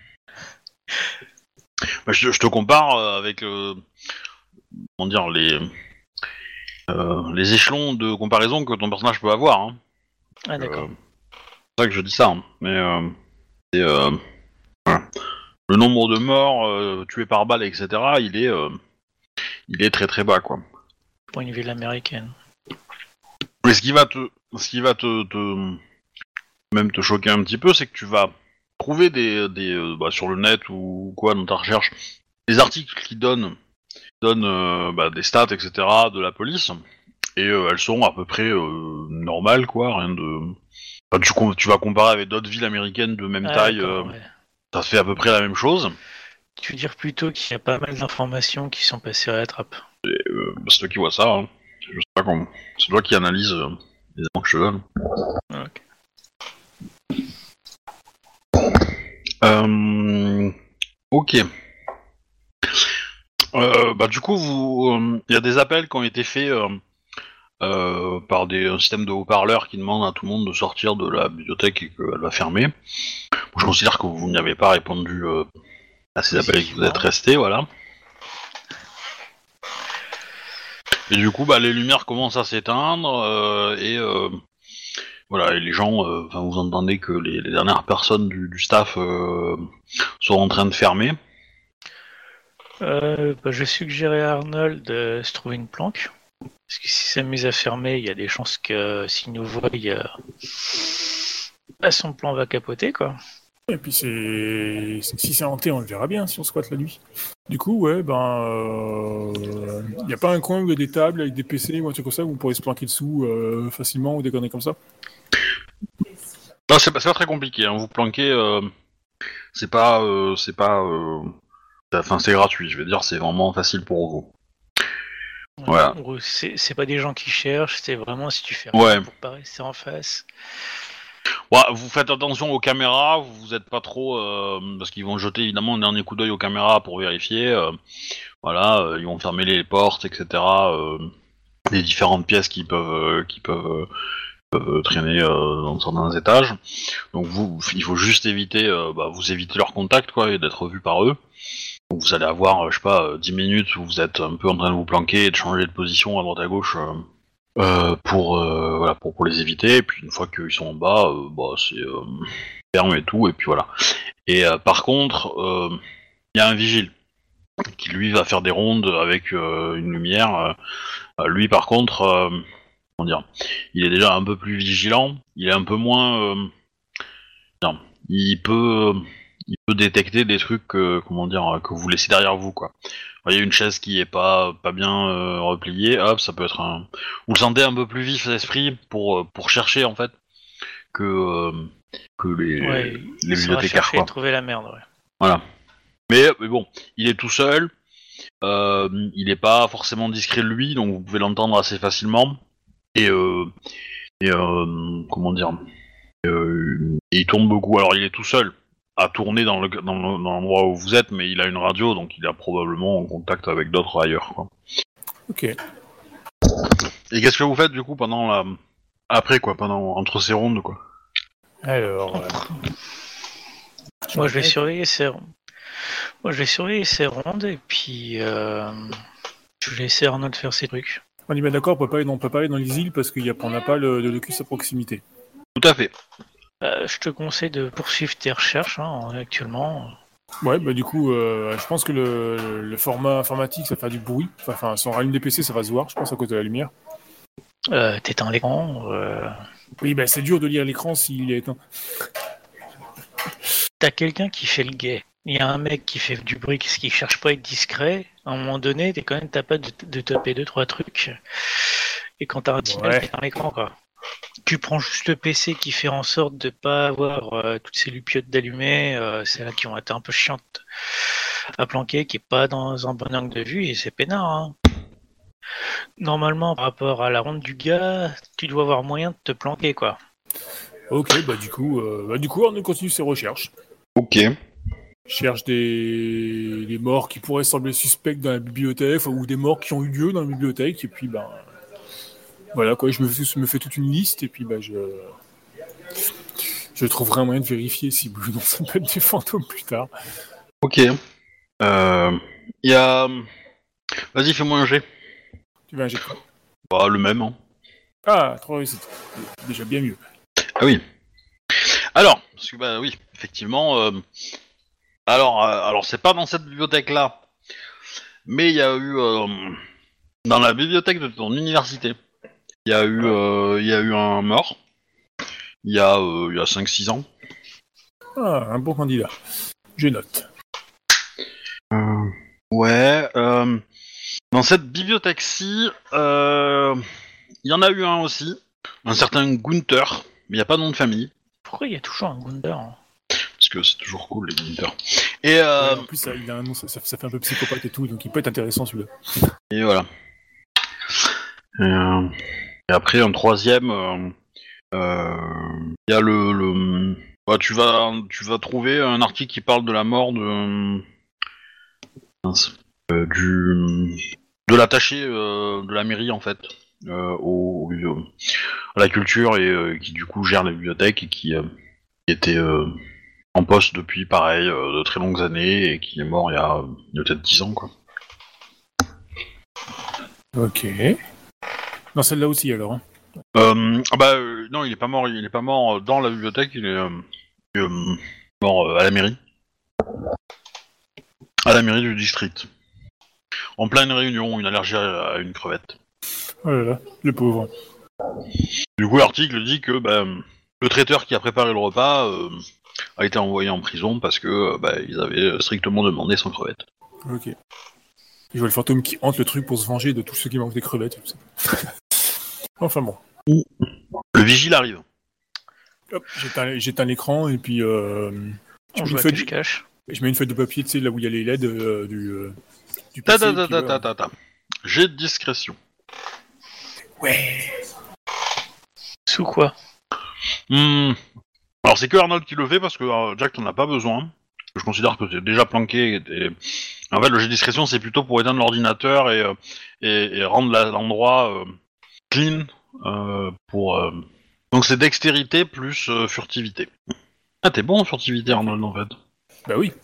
Bah, je, je te compare euh, avec, euh, comment dire, les, euh, les échelons de comparaison que ton personnage peut avoir. Hein. Ah, Euh, d'accord. c'est pour ça que je dis ça. Hein. Mais euh, c'est, euh, voilà. Le nombre de morts euh, tués par balle, et cetera, il est, euh, il est très très bas, quoi. Pour une ville américaine. Mais ce qui va te, ce qui va te, te même te choquer un petit peu, c'est que tu vas trouver des, des euh, bah, sur le net ou quoi dans ta recherche, des articles qui donnent, donnent euh, bah, des stats, et cetera, de la police, et euh, elles sont à peu près euh, normales, quoi, rien de. Enfin, tu, com- tu vas comparer avec d'autres villes américaines de même Ah, taille, euh, d'accord, ouais. ça fait à peu près la même chose. Tu veux dire plutôt qu'il y a pas mal d'informations qui sont passées à la trappe. Euh, c'est toi qui vois ça, hein. Je sais pas comment. C'est toi qui analyse euh, les éléments que je te donne. Ah, ok. Euh, ok. Euh, bah du coup, vous, il y a des appels qui ont été faits euh, euh, par des un système de haut-parleurs qui demandent à tout le monde de sortir de la bibliothèque et qu'elle va fermer. Bon, je considère que vous n'y avez pas répondu euh, à ces appels et que vous êtes restés, voilà. Et du coup, bah les lumières commencent à s'éteindre euh, et euh, voilà, et les gens, euh, enfin, vous entendez que les, les dernières personnes du, du staff euh, sont en train de fermer. Euh, bah, je suggérais à Arnold de se trouver une planque. Parce que si ça mise à fermer, il y a des chances que s'il nous voit, il y a... bah, son plan va capoter, quoi. Et puis c'est, c'est- si c'est hanté, on le verra bien si on squatte la nuit. Du coup, ouais, ben, il n'y a pas un coin où il y a des tables avec des P C ou un truc comme ça où on pourrait se planquer dessous euh, facilement ou des conneries comme ça. Non, c'est pas, c'est pas très compliqué. Hein. Vous planquez, euh, c'est pas, euh, c'est pas, euh, enfin, c'est gratuit. Je vais dire, c'est vraiment facile pour vous. Voilà. En gros, C'est c'est pas des gens qui cherchent, c'est vraiment si tu fais Ouais. rien pour pas rester en face. Ouais, vous faites attention aux caméras. Vous êtes pas trop, euh, parce qu'ils vont jeter évidemment un dernier coup d'œil aux caméras pour vérifier. euh, voilà, euh, ils vont fermer les portes, et cetera. Euh, les différentes pièces qui peuvent, euh, qui peuvent, euh, peuvent traîner euh, dans certains étages. Donc vous, il faut juste éviter, euh, bah, vous éviter leur contact, quoi, et d'être vu par eux. Donc vous allez avoir, euh, je sais pas, euh, dix minutes où vous êtes un peu en train de vous planquer et de changer de position à droite à gauche euh, euh, pour, euh, voilà, pour, pour les éviter. Et puis une fois qu'ils sont en bas, euh, bah, c'est euh, ferme et tout, et puis voilà. Et euh, par contre, euh, il y a un vigile qui lui va faire des rondes avec euh, une lumière. Euh, lui par contre, euh, comment dire, il est déjà un peu plus vigilant. Il est un peu moins... euh, non, il peut... il peut détecter des trucs que, comment dire, que vous laissez derrière vous, quoi. Vous voyez une chaise qui est pas, pas bien euh, repliée, hop, ça peut être un... Vous le sentez un peu plus vif d'esprit pour, euh, pour chercher, en fait, que, euh, que les, Ouais, les il saura bibliothécaires, chercher quoi. et trouver la merde, ouais. Voilà. Mais, mais bon, il est tout seul, euh, il est pas forcément discret de lui, donc vous pouvez l'entendre assez facilement. Et, euh, et euh, comment dire, euh, et il tourne beaucoup. Alors il est tout seul à tourner dans le dans le- dans l'endroit où vous êtes, mais il a une radio, donc il est probablement en contact avec d'autres ailleurs, quoi. Ok. Et qu'est-ce que vous faites du coup pendant la après quoi, pendant entre ces rondes, quoi? Alors. euh, Moi, je vais surveiller ces Moi, je vais surveiller ces rondes et puis euh, je vais laisser Arnold faire ses trucs. On est bien d'accord, on peut pas aller dans, on peut pas aller dans les îles parce qu'on n'a pas le, le locus à proximité. Tout à fait. Euh, je te conseille de poursuivre tes recherches hein, actuellement. Ouais, bah du coup, euh, je pense que le, le format informatique, ça fait du bruit. Enfin, Enfin, si on rallume des P C, ça va se voir, je pense, à cause de la lumière. Euh, T'éteins l'écran. Euh... Oui, bah c'est dur de lire l'écran s'il est éteint. T'as quelqu'un qui fait le guet. Il y a un mec qui fait du bruit, qui cherche pas à être discret. À un moment donné, t'es quand même capable de, de taper deux trois trucs. Et quand t'as un signal, Ouais. t'éteins l'écran quoi. Tu prends juste le P C qui fait en sorte de pas avoir euh, toutes ces lupiotes d'allumées, euh, celles-là qui ont été un peu chiantes à planquer, qui est pas dans un bon angle de vue et c'est peinard. Hein. Normalement, par rapport à la ronde du gars, tu dois avoir moyen de te planquer, quoi. Ok, bah du coup, euh, bah, du coup, on continue ses recherches. Ok. Cherche des... des morts qui pourraient sembler suspects dans la bibliothèque, ou des morts qui ont eu lieu dans la bibliothèque, et puis ben... Voilà quoi, je me fais, je me fais toute une liste, et puis bah je... Je trouverai un moyen de vérifier si ou non ça peut être des fantômes plus tard. Ok. Euh... Il y a... Vas-y, fais-moi un jet. Tu veux un jet de quoi? Bah, le même, hein. Ah, trois réussites. Déjà bien mieux. Ah oui. Alors, parce que bah oui, effectivement. Euh... Alors, euh, alors c'est pas dans cette bibliothèque-là, mais il y a eu euh, dans la bibliothèque de ton université, il y a eu, euh, il y a eu un mort. Il y a, euh, il y a cinq six ans. Ah, un bon candidat. Je note. Euh, ouais. Euh, dans cette bibliothèque-ci, euh, il y en a eu un aussi, un certain Gunther, mais il n'y a pas de nom de famille. Pourquoi il y a toujours un Gunther hein Parce que c'est toujours cool les Gunther. Et, euh, Ouais, en plus, ça, il a un nom, ça, ça, ça fait un peu psychopathe et tout, donc il peut être intéressant celui-là. et voilà. Et, euh, et après un troisième, euh, euh, il y a le, le bah, tu vas, tu vas trouver un article qui parle de la mort de, mince, euh, du, de l'attaché euh, de la mairie en fait, euh, au, au- à la culture et euh, qui du coup gère la bibliothèque et qui, euh, qui était euh, en poste depuis pareil euh, de très longues années et qui est mort il y a, il y a peut-être dix ans quoi. Ok. Dans celle-là aussi alors. Hein. Euh, ah bah euh, non, il est pas mort, il est pas mort dans la bibliothèque, il est euh, euh, mort euh, à la mairie, à la mairie du district. En pleine réunion, une allergie à, à une crevette. Oh là là, le pauvre. Du coup, l'article dit que bah, le traiteur qui a préparé le repas euh, a été envoyé en prison parce que euh, bah, ils avaient strictement demandé sans crevette. Ok. Je vois le fantôme qui hante le truc pour se venger de tous ceux qui mangent des crevettes. Enfin bon. Le vigile arrive. Hop, j'éteins, j'éteins l'écran et puis euh, On je, joue mets à une feuille de, cache-cache. je mets une feuille de papier, tu sais, là où il y a les L E D euh, du, euh, du Ta P C. ta ta et puis ta voilà. ta ta ta. J'ai de discrétion. Ouais. Sous quoi Hmm. Alors c'est que Arnold qui le fait parce que euh, Jack t'en a pas besoin. Je considère que t'es déjà planqué. Et, et... En fait, le jet de discrétion c'est plutôt pour éteindre l'ordinateur et, euh, et, et rendre la, l'endroit euh, clean. Euh, pour euh... Donc c'est dextérité plus euh, furtivité. Ah t'es bon en furtivité Arnold en fait. Bah oui.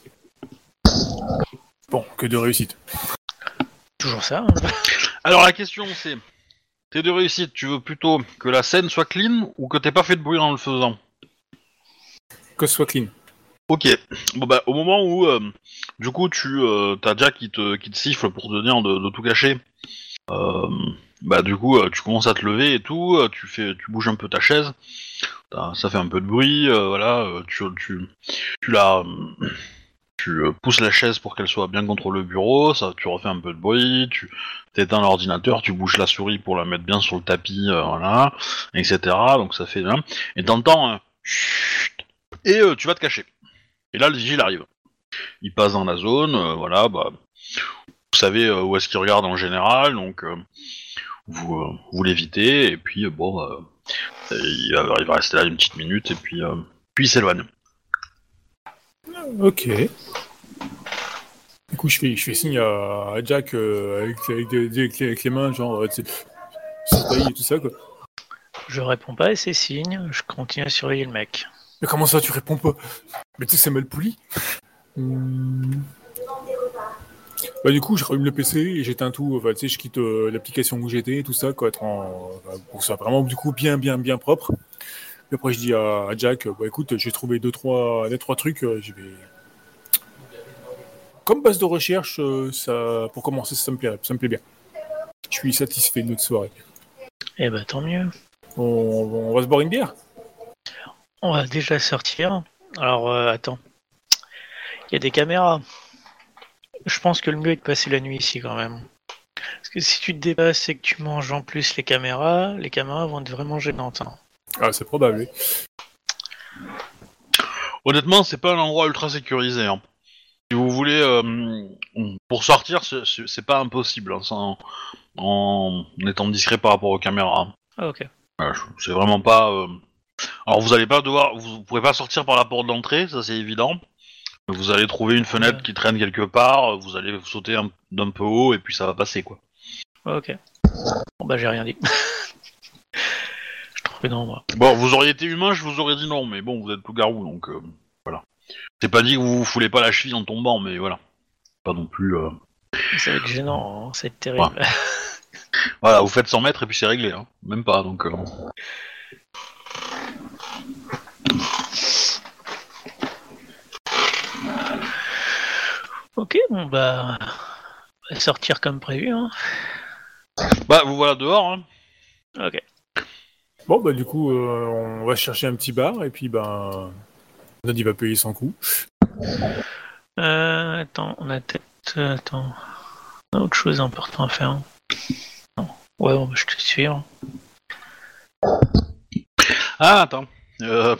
Bon, que de réussite. Toujours ça. Hein Alors la question c'est, t'es de réussite, tu veux plutôt que la scène soit clean ou que t'aies pas fait de bruit en le faisant? Que ce soit clean. Ok. Bon bah au moment où euh, du coup tu euh, t'as Jack qui te qui te siffle pour te dire de, de tout cacher. Euh, bah du coup euh, tu commences à te lever et tout, euh, tu fais tu bouges un peu ta chaise. T'as- ça fait un peu de bruit, euh, voilà. euh, tu tu tu la euh, tu euh, pousses la chaise pour qu'elle soit bien contre le bureau. Ça tu refais un peu de bruit. Tu t'éteins l'ordinateur, tu bouges la souris pour la mettre bien sur le tapis, euh, voilà, et cetera. Donc ça fait bien. Et t'entends un chut et euh, tu vas te cacher. Et là, le vigile arrive. Il passe dans la zone, euh, voilà, bah, vous savez euh, où est-ce qu'il regarde en général, donc euh, vous, euh, vous l'évitez, et puis euh, bon, euh, il, va, il va rester là une petite minute, et puis, euh, puis il s'éloigne. Ok. Du coup, je fais, je fais signe à, à Jack euh, avec, avec, des- des- avec les- avec les mains, genre, euh, tu sais, surveille et tout ça, quoi. Je réponds pas à ces signes, je continue à surveiller le mec. Mais comment ça, tu réponds pas? Mais tu sais que c'est mal poli. Hmm. Bah, du coup, je rallume le P C et j'éteins tout. Enfin, tu sais, je quitte euh, l'application où j'étais, tout ça, quoi, être en... enfin, pour que ça soit vraiment, du coup, bien, bien, bien propre. Et après, je dis à, à Jack, euh, bah écoute, j'ai trouvé deux, trois, deux, trois trucs, euh, je vais... Comme base de recherche, euh, ça, pour commencer, ça me plaît, ça me plaît bien. Je suis satisfait de notre soirée. Eh bah tant mieux. On, on va se boire une bière? On va déjà sortir. Alors euh, attends. Il y a des caméras. Je pense que le mieux est de passer la nuit ici quand même. Parce que si tu te dépasses et que tu manges en plus les caméras, les caméras vont être vraiment gênantes. Hein. Ah, c'est probable, oui. Honnêtement, c'est pas un endroit ultra sécurisé. Hein. Si vous voulez, euh, pour sortir, c'est, c'est, c'est pas impossible, hein, en, en étant discret par rapport aux caméras. Ah, ok. Voilà, c'est vraiment pas. Euh... Alors vous allez pas devoir, vous pourrez pas sortir par la porte d'entrée, ça c'est évident. Vous allez trouver une fenêtre Ouais. qui traîne quelque part, vous allez sauter un, d'un peu haut et puis ça va passer quoi. Ok. Bon bah j'ai rien dit. Je trouvais non moi. Bon, vous auriez été humain, je vous aurais dit non, mais bon, vous êtes loup-garou donc euh, voilà. C'est pas dit que vous vous foulez pas la cheville en tombant, mais voilà. Pas non plus. Euh... Ça va être gênant, hein, ça va être terrible. Ouais. Voilà, vous faites cent mètres et puis c'est réglé, hein. Même pas donc. Euh... Ok, bon bah on va sortir comme prévu. Hein. Bah vous voilà dehors. Hein. Ok. Bon, bah du coup, euh, on va chercher un petit bar et puis ben, on a dit va payer son coup. Euh, attends, on a peut-être... euh, Attends... On a autre chose important à faire. Non. Ouais, bon, bah, je te suis. Hein. Ah attends. Euh...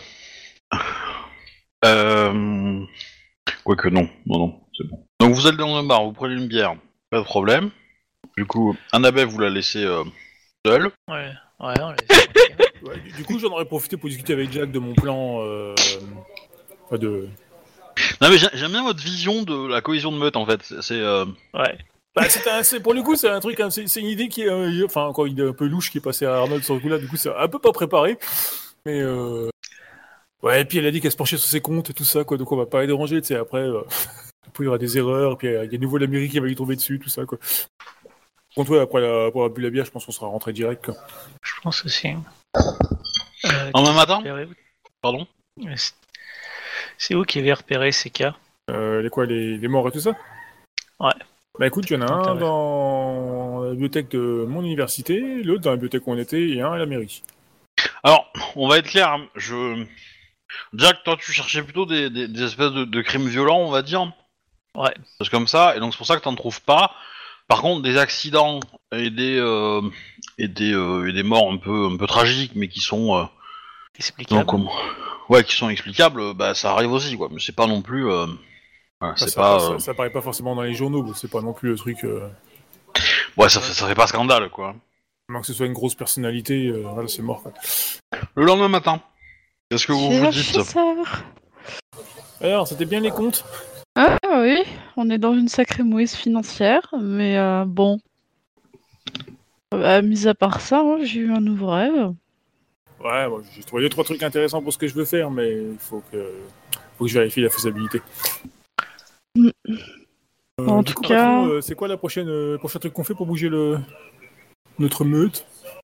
Euh... Quoique non, non, non, c'est bon. Donc vous êtes dans un bar, vous prenez une bière, pas de problème. Du coup, Annabelle vous la laissez euh, seule. Ouais, ouais, on laisse. Ouais, du, du coup, j'en aurais profité pour discuter avec Jack de mon plan. Euh, enfin, de... Non mais j'ai- j'aime bien votre vision de la cohésion de meute en fait. C'est euh... Ouais. Bah, c'est un, c'est, pour le coup, c'est un truc, hein, c'est, c'est une idée qui est, euh, enfin, encore une idée un peu louche qui est passée à Arnold sur le coup là. Du coup, c'est un peu pas préparé, mais euh... ouais. Et puis elle a dit qu'elle se penchait sur ses comptes et tout ça, quoi. Donc on va pas les déranger, tu sais. Après, euh... après il y aura des erreurs, et puis il y a de nouveau la mairie qui va lui tomber dessus, tout ça, quoi. Contre ouais, après la, pour avoir bu la bière, je pense qu'on sera rentré direct, quoi. Je pense aussi. Euh, En même matin repéré... Pardon. C'est où qui avait repéré ces cas? Euh, les quoi, les, les morts et tout ça. Ouais. Bah écoute, il y en a un Intéressant. dans la bibliothèque de mon université, l'autre dans la bibliothèque où on était, et un à la mairie. Alors, on va être clair. hein, Je... Jack, toi tu cherchais plutôt des, des, des espèces de, de crimes violents, on va dire. Ouais. Parce que comme ça, et donc c'est pour ça que t'en trouves pas. Par contre, des accidents et des euh, et des euh, et des morts un peu un peu tragiques, mais qui sont euh, Explicable. non, comment ouais, qui sont explicables, euh, bah ça arrive aussi quoi. Mais c'est pas non plus. Euh... voilà, Enfin, c'est ça, pas. ça, euh, ça paraît pas forcément dans les journaux, mais c'est pas non plus le truc. Euh... Ouais, ça fait ça fait pas scandale quoi. À moins que ce soit une grosse personnalité, euh, voilà, c'est mort, quoi. Le lendemain matin, qu'est-ce que vous vous dites? ça. Alors, c'était bien les comptes. Ah oui, on est dans une sacrée mouise financière, mais euh, bon. Euh, mis à part ça, hein, j'ai eu un nouveau rêve. Ouais, bon, j'ai trouvé deux trois trucs intéressants pour ce que je veux faire, mais il faut que, faut que je vérifie la faisabilité. Mm. Euh, En du tout coup, cas- patron, euh, c'est quoi la prochaine, euh, prochain truc qu'on fait pour bouger le notre meute?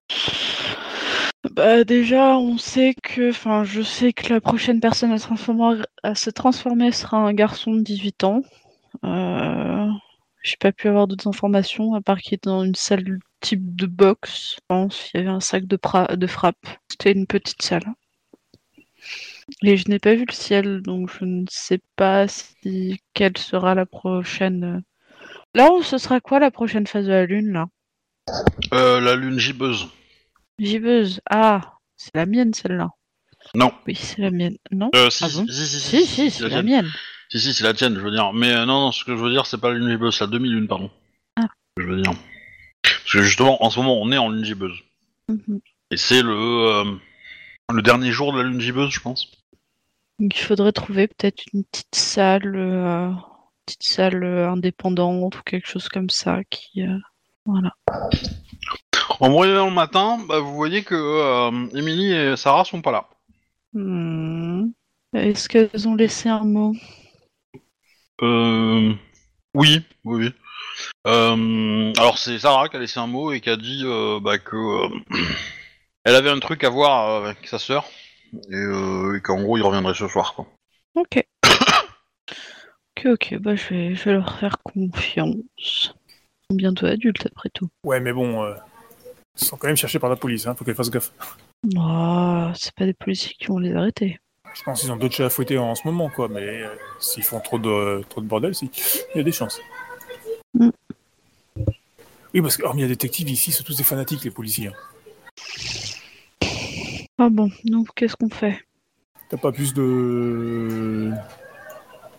Bah déjà, on sait que, enfin, je sais que la prochaine personne à, transformer, à se transformer sera un garçon de dix-huit ans. Euh, j'ai pas pu avoir d'autres informations, à part qu'il était dans une salle type de boxe. Je pense il y avait un sac de, pra- de frappe. C'était une petite salle. Et je n'ai pas vu le ciel, donc je ne sais pas si quelle sera la prochaine. Là, on- ce sera quoi la prochaine phase de la lune, là? Euh, la lune gibbeuse. Gibbeuse. Ah, c'est la mienne, celle-là. Non. Oui, c'est la mienne. Non? Euh, si, Ah bon? si, si, Si, si, c'est la la tienne. mienne. Si, si, c'est la tienne, je veux dire. Mais euh, non, non, ce que je veux dire, c'est pas la lune gibbeuse, c'est la demi-lune, pardon. Ah. Je veux dire. Parce que justement, en ce moment, on est en lune gibbeuse. Mhm. Et c'est le euh, le dernier jour de la lune gibbeuse, je pense. Donc, il faudrait trouver peut-être une petite salle, euh, petite salle euh, indépendante ou quelque chose comme ça qui, euh, voilà. En me réveillant le matin, bah, vous voyez que euh, Emily et Sarah sont pas là. Hmm. Est-ce qu'elles ont laissé un mot? Euh... Oui, oui, oui. Euh, alors c'est Sarah qui a laissé un mot et qui a dit euh, bah, que euh, elle avait un truc à voir euh, avec sa sœur et, euh, et qu'en gros il reviendrait ce soir quoi. Ok. Ok, ok, bah je vais, je vais leur faire confiance. Ils sont bientôt adultes après tout. Ouais, mais bon, euh, ils sont quand même cherchés par la police, hein, faut qu'elle fasse gaffe. Oh, c'est pas des policiers qui vont les arrêter. Je pense qu'ils ont d'autres chats à fouetter en ce moment, quoi, mais euh, s'ils font trop de, trop de bordel, si, il y a des chances. Mm. Oui, parce que hormis les détectives ici, sont tous des fanatiques, les policiers. hein. Ah bon, donc qu'est-ce qu'on fait? T'as pas plus de...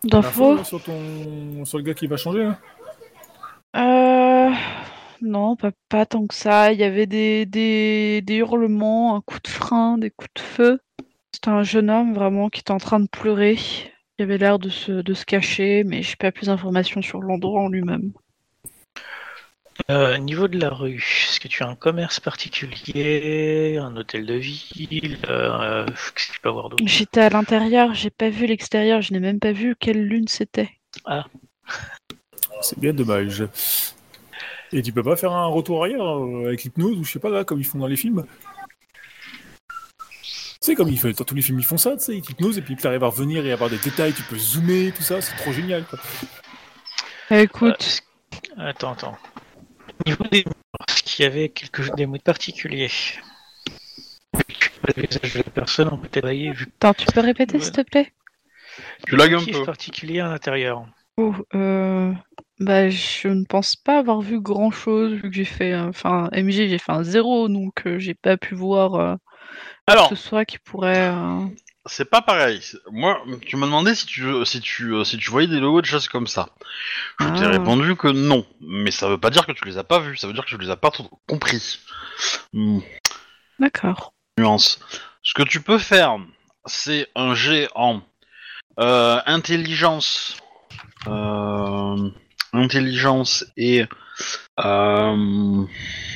D'infos L'info, sur ton, sur le gars qui va changer là. Euh... Non, pas, pas tant que ça. Il y avait des, des, des hurlements, un coup de frein, des coups de feu. C'était un jeune homme vraiment qui était en train de pleurer. Il avait l'air de se, de se cacher, mais j'ai pas plus d'informations sur l'endroit en lui-même. Euh, niveau de la rue, est-ce que tu as un commerce particulier, un hôtel de ville, euh, qu'est-ce qu'il peut y avoir d'autre? J'étais à l'intérieur, j'ai pas vu l'extérieur, je n'ai même pas vu quelle lune c'était. Ah, C'est bien dommage. Et tu peux pas faire un retour arrière euh, avec l'hypnose ou je sais pas là, comme ils font dans les films. Tu sais, comme ils font, dans tous les films ils font ça, tu sais, ils t'hypnosent et puis tu arrives à revenir et avoir des détails, tu peux zoomer, tout ça, c'est trop génial. Quoi. Euh, écoute, euh, est-ce- attends, attends. Niveau des murs, est-ce qu'il y avait quelque chose des mots particuliers? Le visage de la personne, on peut travailler vu attends, tu peux répéter Ouais. s'il te plaît? Tu lagues un motif peu. particulier à l'intérieur. Oh, euh... Bah, je ne pense pas avoir vu grand-chose, vu que j'ai fait... euh, Enfin, M J, j'ai fait un zéro, donc euh, j'ai pas pu voir euh, Alors, que ce soit qui pourrait... euh, c'est pas pareil. C'est- Moi, tu m'as demandé si tu, si tu, euh, si tu voyais des logos de choses comme ça. Je t'ai Ah. répondu que non, mais ça veut pas dire que tu les as pas vus. Ça veut dire que tu les as pas trop compris. Hmm, D'accord. nuance. Ce que tu peux faire, c'est un jet en euh, intelligence, euh, intelligence et euh, hmm.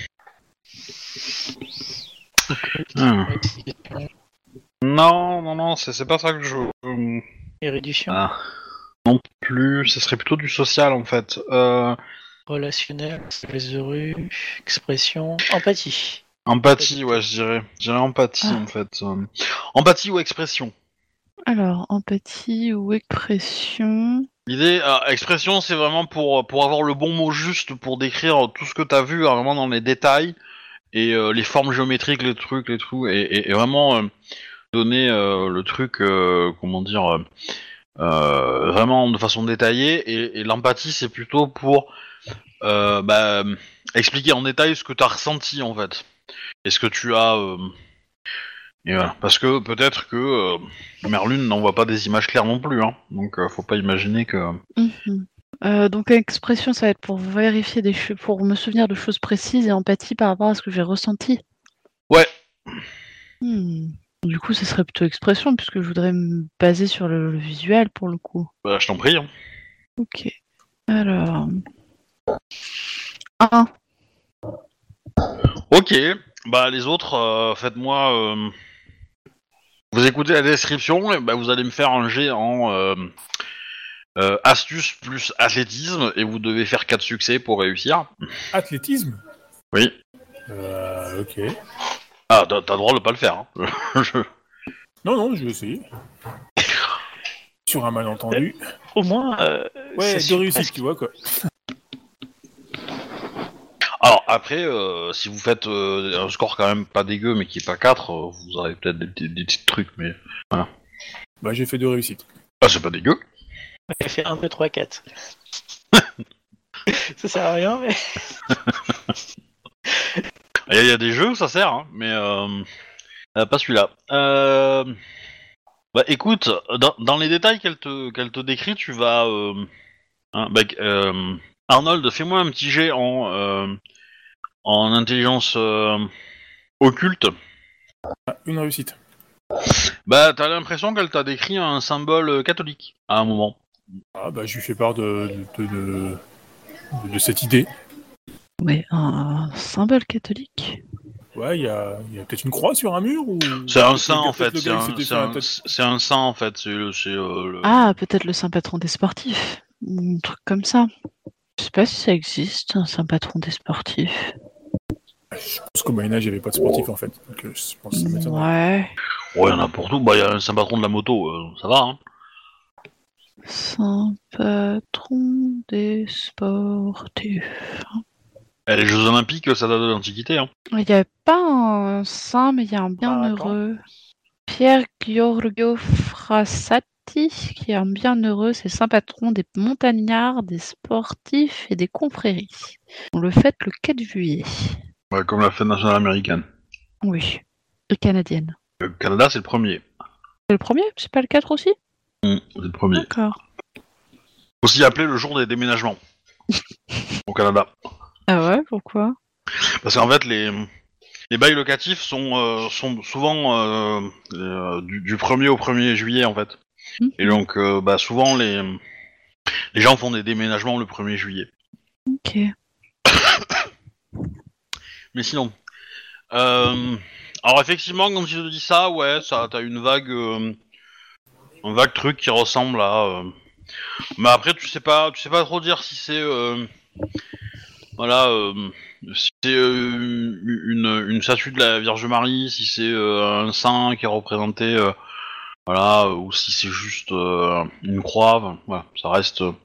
non, non, non, c'est c'est pas ça que je. euh, Érudition, Ah. Non plus, ce serait plutôt du social en fait. Euh, relationnel, service de rue, expression, empathie. empathie, ouais, je dirais. Je dirais empathie Ah. en fait. Euh, empathie ou expression. Alors, empathie ou expression... L'idée, euh, expression, c'est vraiment pour, pour avoir le bon mot juste pour décrire tout ce que t'as vu, hein, vraiment dans les détails et euh, les formes géométriques, les trucs, les trucs, et, et- et vraiment euh, donner euh, le truc, euh, comment dire, euh, euh, vraiment de façon détaillée. Et, et l'empathie, c'est plutôt pour euh, bah, expliquer en détail ce que t'as ressenti en fait, et ce que tu as. euh, Et voilà. Parce que peut-être que euh, Merlune n'envoie pas des images claires non plus, hein. Donc euh, faut pas imaginer que. Mhm. Euh, donc expression, ça va être pour vérifier des choses, pour me souvenir de choses précises et empathie par rapport à ce que j'ai ressenti. Ouais. Hmm. Du coup, ce serait plutôt expression puisque je voudrais me baser sur le, le visuel pour le coup. Bah, je t'en prie. Hein. Ok. Alors. Un. Ok. Bah les autres, euh, faites-moi. euh, Vous écoutez la description et bah, vous allez me faire un jet en euh, euh, astuce plus athlétisme et vous devez faire quatre succès pour réussir. Athlétisme Oui. Euh, ok. Ah, t'as t'as le droit de pas le faire. Hein. Je- Non, non, je vais essayer. Sur un malentendu. Au moins, euh, Ouais, ça de suit réussite, presque. tu vois, quoi. Alors après, euh, si vous faites euh, un score quand même pas dégueu mais qui est pas quatre, euh, vous aurez peut-être des, petits- des petits trucs, mais... Bah, j'ai fait deux réussites. Ah, c'est pas dégueu. J'ai fait un, deux, trois, quatre. Ça sert à rien, mais. Il y, a- il y a des jeux où ça sert, hein, mais euh, euh, pas celui-là. Euh, Bah écoute, dans, dans les détails qu'elle te, qu'elle te décrit, tu vas... euh, hein, bah, euh, Arnold, fais-moi un petit jet en, euh, en intelligence euh, occulte. Ah, une réussite. Bah t'as l'impression qu'elle t'a décrit un symbole euh, catholique à un moment. Ah, bah, je lui fais part de, de, de, de, de cette idée. Oui, un symbole catholique. Ouais, il y a, il y a peut-être une croix sur un mur ou... C'est un peut-être saint le gars- en fait, peut-être le c'est gars, il un, s'était c'est fait un un, tat- c'est un saint en fait, c'est le... c'est, euh, le- Ah, peut-être le saint patron des sportifs. Ou un truc comme ça. Je sais pas si ça existe, un saint patron des sportifs. Je pense qu'au Moyen-Âge, il n'y avait pas de sportif, en fait. Donc, euh, je pense que ça m'étonnerait. Ouais. Ouais, il y en a pour tout. Bah, il y a un saint patron de la moto, euh, ça va, hein. Saint patron des sportifs. Et les Jeux Olympiques, ça date de l'Antiquité, hein. Il n'y a pas un saint, mais il y a un bienheureux. Pierre Giorgio Frassati, qui est un bienheureux, c'est saint patron des montagnards, des sportifs et des confréries. On le fête le quatre juillet. Ouais, comme la fête nationale américaine. Oui. Et canadienne. Le Canada, c'est le premier. C'est le premier? C'est pas le quatre aussi? Mmh, c'est le premier. D'accord. Aussi appelé le jour des déménagements au Canada. Ah ouais, pourquoi? Parce qu'en fait, les, les bails locatifs sont, euh, sont souvent euh, euh, du, du premier au premier juillet, en fait. Mhm. Et donc, euh, bah, souvent, les, les gens font des déménagements le premier juillet. Ok. Mais sinon... Euh, alors, effectivement, quand tu te dis ça, ouais, ça, t'as une vague... Euh, un vague truc qui ressemble à... Euh... Mais après, tu sais pas, tu sais pas trop dire si c'est... Euh... Voilà... Euh... Si c'est euh, une, une statue de la Vierge Marie, si c'est euh, un saint qui est représenté, euh, voilà, ou si c'est juste euh, une croix, voilà, ça reste. Euh...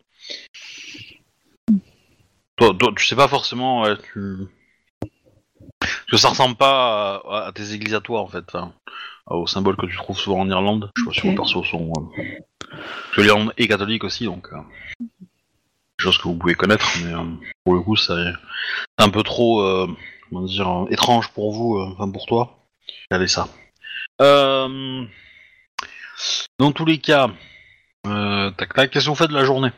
Toi, toi, tu sais pas forcément, ouais, tu... parce que ça ressemble pas à, à tes églises à toi en fait, hein, aux symboles que tu trouves souvent en Irlande. Je sais pas si vos persos sont. Euh... Parce que l'Irlande est catholique aussi, donc. Euh... Chose que vous pouvez connaître, mais euh, pour le coup, c'est un peu trop, euh, comment dire, euh, étrange pour vous, euh, enfin pour toi. Regardez ça. Euh, dans tous les cas, euh, tac tac, qu'est-ce que vous faites de la journée?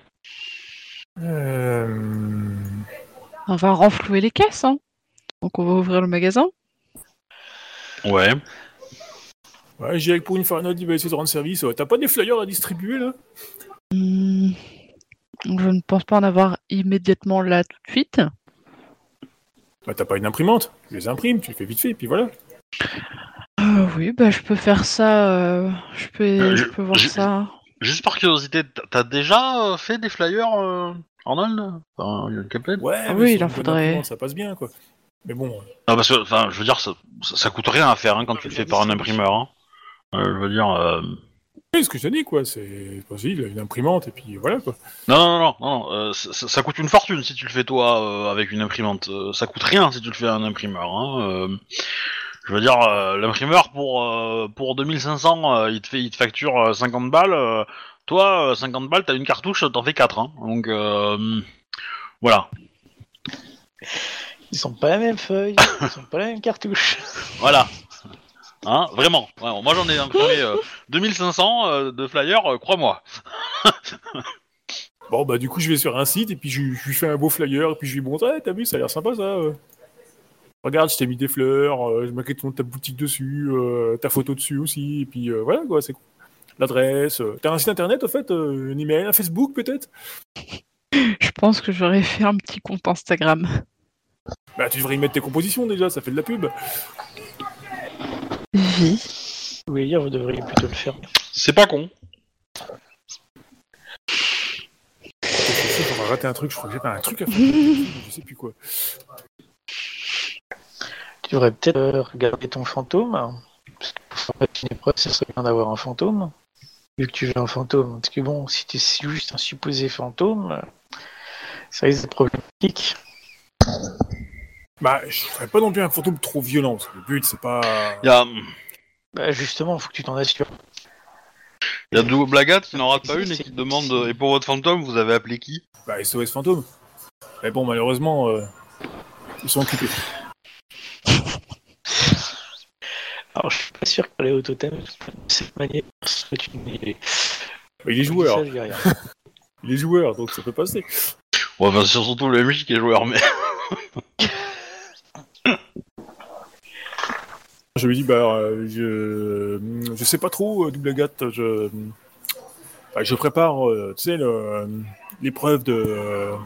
Euh... On va renflouer les caisses, hein. Donc on va ouvrir le magasin. Ouais. Ouais, j'ai pour une Fahrenheit, il va essayer de rendre service. Ouais, t'as pas des flyers à distribuer là? Hmm, Je ne pense pas en avoir immédiatement là tout de suite. Bah t'as pas une imprimante, tu les imprimes, tu les fais vite fait, puis voilà. Euh, oui, bah je peux faire ça. euh, Je peux, Euh, je je- peux voir je- ça. Juste par curiosité, t'as- t'as déjà euh, fait des flyers, euh, Arnold? Enfin, Yann Capel? Ouais, Ah mais oui, sur il en une bonne faudrait. imprimante, ça passe bien quoi. Mais bon, euh, Non, parce que, enfin, je veux dire, ça, ça, ça coûte rien à faire hein, quand tu le fais par un imprimeur. Hein. Euh, je veux dire. Euh... c'est ce que je te dis quoi, c'est possible, une imprimante et puis voilà quoi. Non, non, non, non, non, euh, ça, ça- ça coûte une fortune si tu le fais toi euh, avec une imprimante. Euh, ça coûte rien si tu le fais à un imprimeur. Hein. Euh, je veux dire, euh, l'imprimeur pour euh, pour deux mille cinq cents, euh, il te fait, il te facture euh, cinquante balles. Euh, toi, euh, cinquante balles, t'as une cartouche, t'en fais quatre. Hein. Donc euh, voilà, Ils sont pas la même feuille, ils sont pas la même cartouche. voilà. Hein, vraiment. Ouais, moi j'en ai imprimé euh, deux mille cinq cents euh, de flyers, euh, crois-moi. Bon bah du coup je vais sur un site et puis je, je lui fais un beau flyer et puis je lui montre, hey, t'as vu, ça a l'air sympa ça. euh. Regarde, je t'ai mis des fleurs, euh, je marqué ton ta boutique dessus, euh, ta photo dessus aussi, et puis euh, voilà quoi, c'est cool. L'adresse, euh, t'as un site internet au fait, euh, un email, un Facebook peut-être? Je pense que j'aurais fait un petit compte Instagram. Bah tu devrais y mettre tes compositions déjà, ça fait de la pub. Vie. Oui, vous devriez plutôt le faire. C'est pas con. On va rater un truc, je crois que j'ai pas un truc à faire, je sais plus quoi. Tu devrais peut-être euh, regarder ton fantôme. hein. Parce que pour faire une épreuve, ça serait bien d'avoir un fantôme. Vu que tu veux un fantôme. Parce que bon, si tu es juste un supposé fantôme, euh, ça risque d'être problématique. Bah je ferais pas non plus un fantôme trop violent, parce que le but c'est pas... Il y a, Bah justement, faut que tu t'en assures. y a Double Agathe qui n'en rate pas une et qui demande euh, et pour votre fantôme, vous avez appelé qui? Bah S O S fantôme. Mais bon malheureusement, euh, ils sont occupés. Alors je suis pas sûr qu'elle est au totem de cette manière. Parce que tu dis- Bah, il est joueur, Ça, je dis rien. il est joueur, donc ça peut passer. Ouais, enfin, c'est surtout le M J qui est joueur, mais... Je lui dis, bah, euh, je, je sais pas trop, euh, Double Agathe, je, bah, je prépare, euh, tu sais, le- l'épreuve de, euh,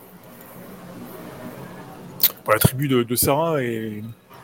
pour la tribu de, de Sarah et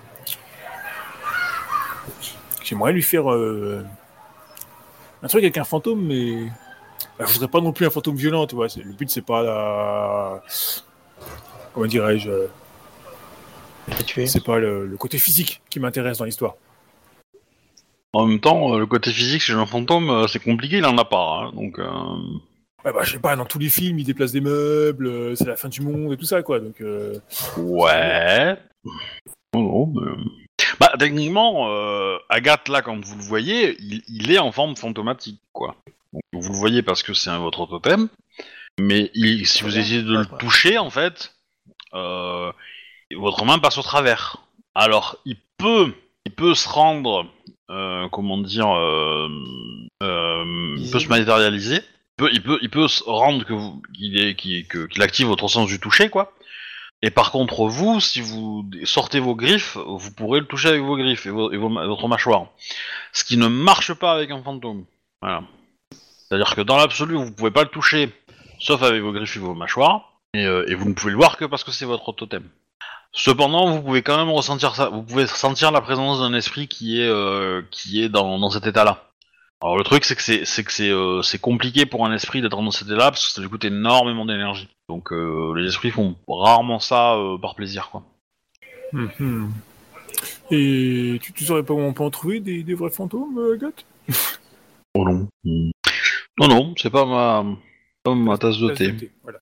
j'aimerais lui faire euh, un truc avec un fantôme, mais bah, je voudrais pas non plus un fantôme violent, tu vois. C'est- Le but, c'est pas la, comment dirais-je, euh, Tu es. c'est pas le, le côté physique qui m'intéresse dans l'histoire. En même temps, euh, le côté physique chez un fantôme, euh, c'est compliqué, il en a pas, hein, donc... Euh... Ouais, bah, je sais pas, dans tous les films, il déplace des meubles, euh, c'est la fin du monde et tout ça, quoi. Donc, euh... Ouais... Non, non, mais... Bah, techniquement, euh, Agathe, là, quand vous le voyez, il, il est en forme fantomatique, quoi. Donc, vous le voyez parce que c'est un- votre totem, mais il, si vous essayez de le toucher, en fait, euh, votre main passe au travers. Alors, il peut, il peut se rendre, euh, comment dire, euh, euh, il peut se matérialiser, peut, il peut, il peut se rendre que vous, qu'il, est, qu'il, que, qu'il active votre sens du toucher, quoi. Et par contre, vous, si vous sortez vos griffes, vous pourrez le toucher avec vos griffes et, vos, et vos, votre mâchoire. Ce qui ne marche pas avec un fantôme. Voilà. C'est-à-dire que dans l'absolu, vous pouvez pas le toucher, sauf avec vos griffes et vos mâchoires, et, euh, et vous ne pouvez le voir que parce que c'est votre totem. Cependant, vous pouvez quand même ressentir ça. Vous pouvez sentir la présence d'un esprit qui est, euh, qui est dans, dans cet état-là. Alors le truc, c'est que c'est, c'est que c'est, euh, c'est compliqué pour un esprit d'être dans cet état-là parce que ça lui coûte énormément d'énergie. Donc euh, les esprits font rarement ça euh, par plaisir, quoi. Mm-hmm. Et tu, tu saurais pas où on peut en trouver des, des vrais fantômes, euh, Agathe? Oh non. Mm. Non, non, c'est pas ma, pas ma tasse de Tasse thé. de thé, voilà.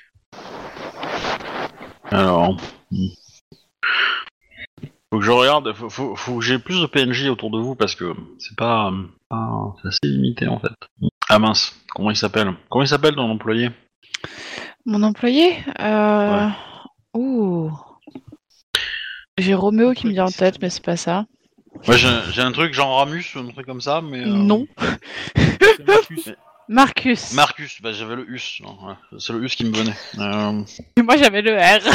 Alors... Mm. Faut que je regarde, faut, faut, faut que j'ai plus de P N J autour de vous parce que c'est pas, pas... c'est assez limité en fait. Ah mince, comment il s'appelle Comment il s'appelle ton employé? Mon employé euh... Ouais. Ouh. J'ai Roméo qui me vient en tête, mais c'est pas ça. Ouais, j'ai, j'ai un truc genre Ramus, un truc comme ça, mais... Euh... Non. C'est Marcus. Marcus. Marcus, bah j'avais le Us, non, ouais, c'est le Us qui me venait. Euh... Et moi j'avais le R.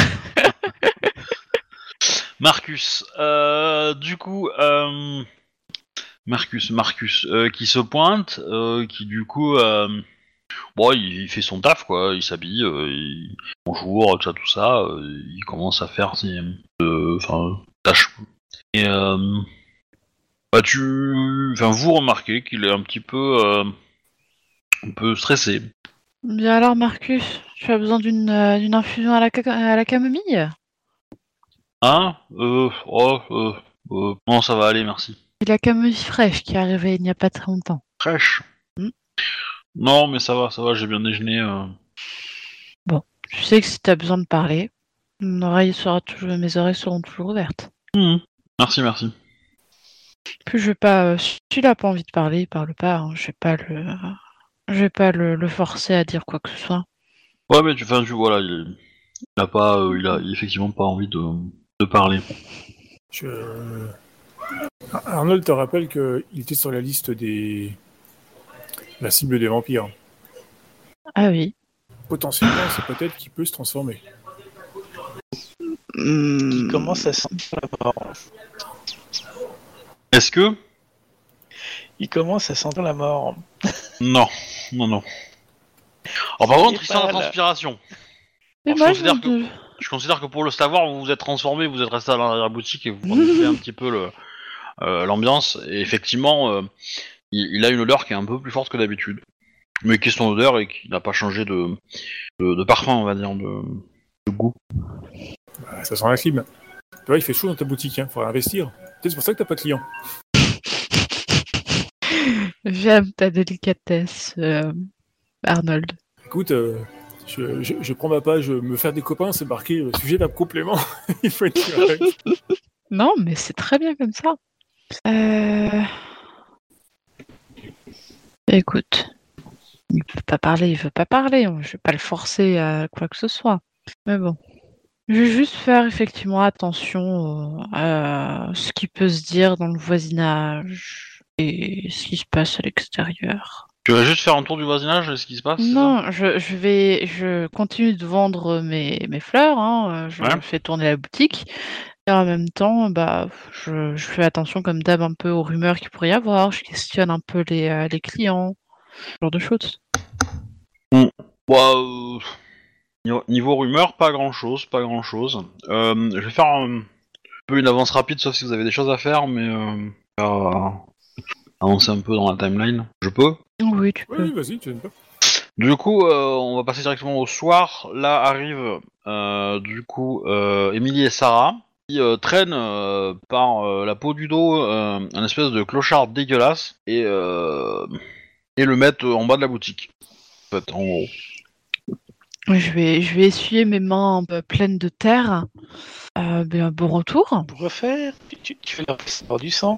Marcus, euh, du coup, euh... Marcus, Marcus, euh, qui se pointe, euh, qui du coup, euh... bon, il, il fait son taf quoi, il s'habille, euh, il... bonjour, tout ça, tout ça, euh, il commence à faire ses, euh, enfin, tâches. Et euh... bah tu, enfin, vous remarquez qu'il est un petit peu, euh... un peu stressé. Bien alors Marcus, tu as besoin d'une euh, d'une infusion à la, ca- à la camomille? Hein Euh, oh, euh, euh, non, ça va aller, merci. C'est la camomille fraîche qui est arrivée il n'y a pas très longtemps. Fraîche. Hmm. Non, mais ça va, ça va, j'ai bien déjeuné. Euh... Bon, tu sais que si tu as besoin de parler, mon oreille sera toujours, mes oreilles seront toujours ouvertes. Mmh. Merci, merci. Puis je vais pas, euh, si tu n'as pas envie de parler, il parle pas. Hein, je vais pas le, je vais pas le, le forcer à dire quoi que ce soit. Ouais, mais tu, enfin, tu voilà, il, il a pas, euh, il a effectivement pas envie de, de parler. Je... Arnold te rappelle qu'il était sur la liste des... la cible des vampires. Ah oui. Potentiellement, c'est peut-être qu'il peut se transformer. Il commence à sentir la mort. Est-ce que Il commence à sentir la mort. Non, non, non. Alors par Il contre, est il sent pas la là. transpiration. Et Alors, moi, je, je considère me que, de- je considère que pour le savoir, vous vous êtes transformé, vous êtes resté à l'arrière-boutique et vous reniflez un petit peu le, euh, l'ambiance. Et effectivement, euh, il, il a une odeur qui est un peu plus forte que d'habitude. Mais question d'odeur et qui n'a pas changé de, de, de parfum, on va dire, de, de goût. Bah, ça sent la clim. Tu vois, il fait chaud dans ta boutique, hein. Faudra investir. Peut-être c'est pour ça que t'as pas de clients. J'aime ta délicatesse, euh, Arnold. Écoute, euh, je, je, je prends ma page, me faire des copains, c'est marqué euh, sujet verbe complément. Il faut être direct. Non, mais c'est très bien comme ça. Euh... Écoute, il peut pas parler, il veut pas parler. Je vais pas le forcer à quoi que ce soit. Mais bon. Je vais juste faire effectivement attention euh, à ce qui peut se dire dans le voisinage et ce qui se passe à l'extérieur. Tu vas juste faire un tour du voisinage et ce qui se passe, c'est ça? Non, je, je vais, je continue de vendre mes, mes fleurs. Hein, je Ouais. fais tourner la boutique. Et en même temps, bah, je, je fais attention comme d'hab un peu aux rumeurs qu'il pourrait y avoir. Je questionne un peu les, euh, les clients, ce genre de choses. Bon, bah, euh, niveau, niveau rumeur, pas grand chose, pas grand chose. Euh, je vais faire un, un peu une avance rapide, sauf si vous avez des choses à faire, mais euh, euh, avancer un peu dans la timeline. Je peux. Oui, tu Oui, peux. oui, vas-y, tu n'aimes pas. Du coup, euh, on va passer directement au soir. Là arrivent, euh, du coup, euh, Émilie et Sarah, qui euh, traînent euh, par euh, la peau du dos euh, un espèce de clochard dégueulasse et, euh, et le mettent en bas de la boutique. En fait, en gros. Je vais, je vais essuyer mes mains un peu pleines de terre. Euh, ben, bon retour. Pour refaire, tu, tu, tu fais leur du sang.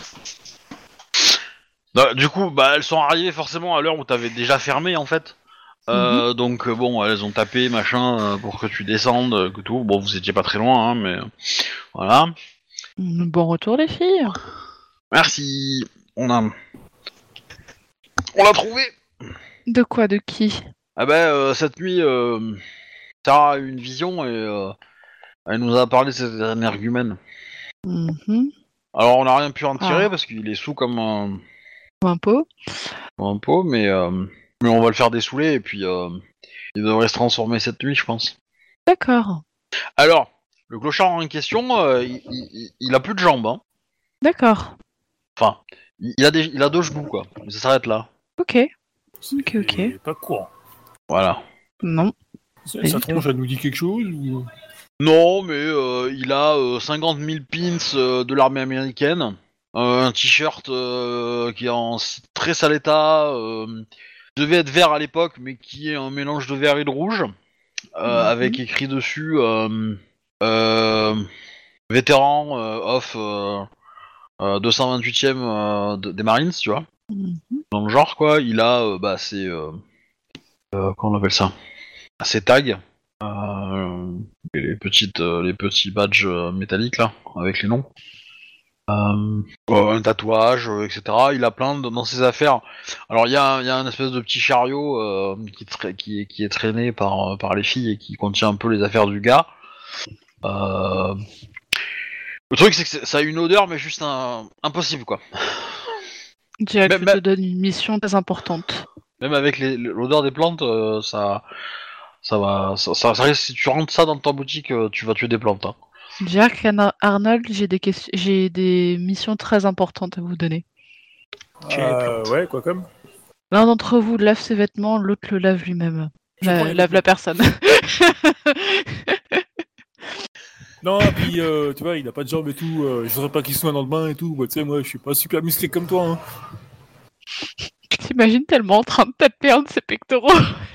Bah, du coup, bah, elles sont arrivées forcément à l'heure où t'avais déjà fermé en fait. Euh, Donc euh, bon, elles ont tapé machin euh, pour que tu descendes, euh, que tout. Bon, vous étiez pas très loin, hein, mais euh, voilà. Bon retour les filles. Merci. On a, on l'a trouvé. De quoi? De qui? Ah ben, euh, cette nuit, euh, Sarah a eu une vision et euh, elle nous a parlé de cet énergumène. Mhm. Alors, on n'a rien pu en tirer Ah. parce qu'il est sous comme un, Un pot. comme un pot, mais, euh, mais on va le faire dessouler et puis euh, il devrait se transformer cette nuit, je pense. D'accord. Alors, le clochard en question, euh, il, il- il a plus de jambes, hein. D'accord. Enfin, il il a, des, il a deux genoux, quoi. Mais ça s'arrête là. Ok. C'est Ok, ok. pas courant. Voilà. Non. Sa, Pas sa du tronche, elle nous dit quelque chose ou... Non, mais euh, il a euh, cinquante mille pins euh, de l'armée américaine, euh, un t-shirt euh, qui est en s- très sale état, euh, devait être vert à l'époque, mais qui est un mélange de vert et de rouge, euh, Mhm. avec écrit dessus euh, euh, vétéran euh, off euh, euh, deux cent vingt-huitième euh, de- des Marines, tu vois, Mhm. dans le genre quoi. Il a, euh, bah, c'est euh, euh, comment on appelle ça, ses tags. Euh, et les petites, euh, les petits badges euh, métalliques là, avec les noms. Euh, euh, un tatouage, euh, et cetera. Il a plein de, dans ses affaires. Alors il y a, y a un espèce de petit chariot euh, qui, tra- qui, est, qui est traîné par, euh, par les filles et qui contient un peu les affaires du gars. Euh, Le truc c'est que c'est- ça a une odeur mais juste un, impossible quoi. Jack, Même, je te même, donne une mission très importante. même avec les- l'odeur des plantes, euh, ça, ça va, ça, ça, ça risque- si tu rentres ça dans ta boutique, euh, tu vas tuer des plantes. Hein. Jack Arno- Arnold, j'ai des questions, j'ai des missions très importantes à vous donner. Tu les Euh, plantes. ouais, quoi comme. L'un d'entre vous lave ses vêtements, l'autre le lave lui-même. Je prends La- les lave la vêtements. personne. Non, puis euh, tu vois, il a pas de jambes et tout. Euh, je voudrais pas qu'il soit dans le bain et tout. Bah, tu sais, moi, je suis pas super musclé comme toi. Hein. Je t'imagine tellement en train de taper un de ses pectoraux.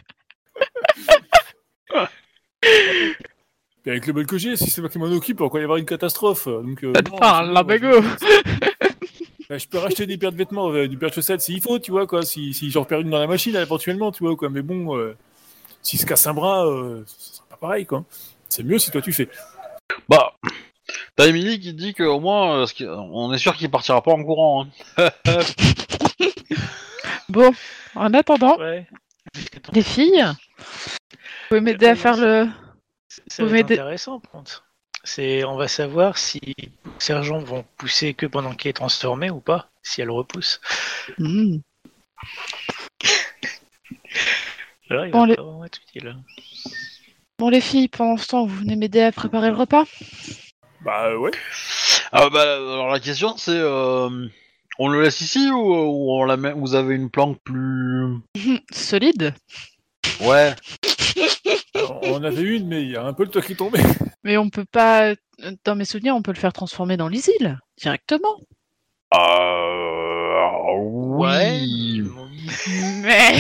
Et avec le bol que j'ai, si c'est moi qui m'en occupe, il va y avoir une catastrophe. Donc, euh, Ça te non, fait un c'est bon, lumbago. je- Bah, je peux racheter des paires de vêtements, euh, des paires de chaussettes s'il faut, tu vois, quoi. Si, si j'en repère une dans la machine, éventuellement, tu vois, quoi. Mais bon, euh, s'il se casse un bras, euh, ce sera pas pareil, quoi. C'est mieux si toi tu fais. Bah, t'as Emily qui dit qu'au moins, euh, ce qui- on est sûr qu'il partira pas en courant. Hein. Bon, en attendant, Ouais. les filles, vous pouvez m'aider à faire le... Ça Vous va être m'aidez- intéressant, par contre. C'est, on va savoir si les sergents vont pousser que pendant qu'il est transformé ou pas, si elle repousse. Hmm. Là, il Bon, va les- pas vraiment être utile. Bon les filles, pendant ce temps, vous venez m'aider à préparer le repas? Bah, euh, ouais. Ah bah, alors la question c'est, euh, on le laisse ici ou, ou on la met, vous avez une planque plus... Solide. Ouais. Alors, on en avait une, mais il y a un peu le toit qui est tombé. Mais on peut pas... Dans mes souvenirs, on peut le faire transformer dans l'isile, directement. Euh... Oui. Mais...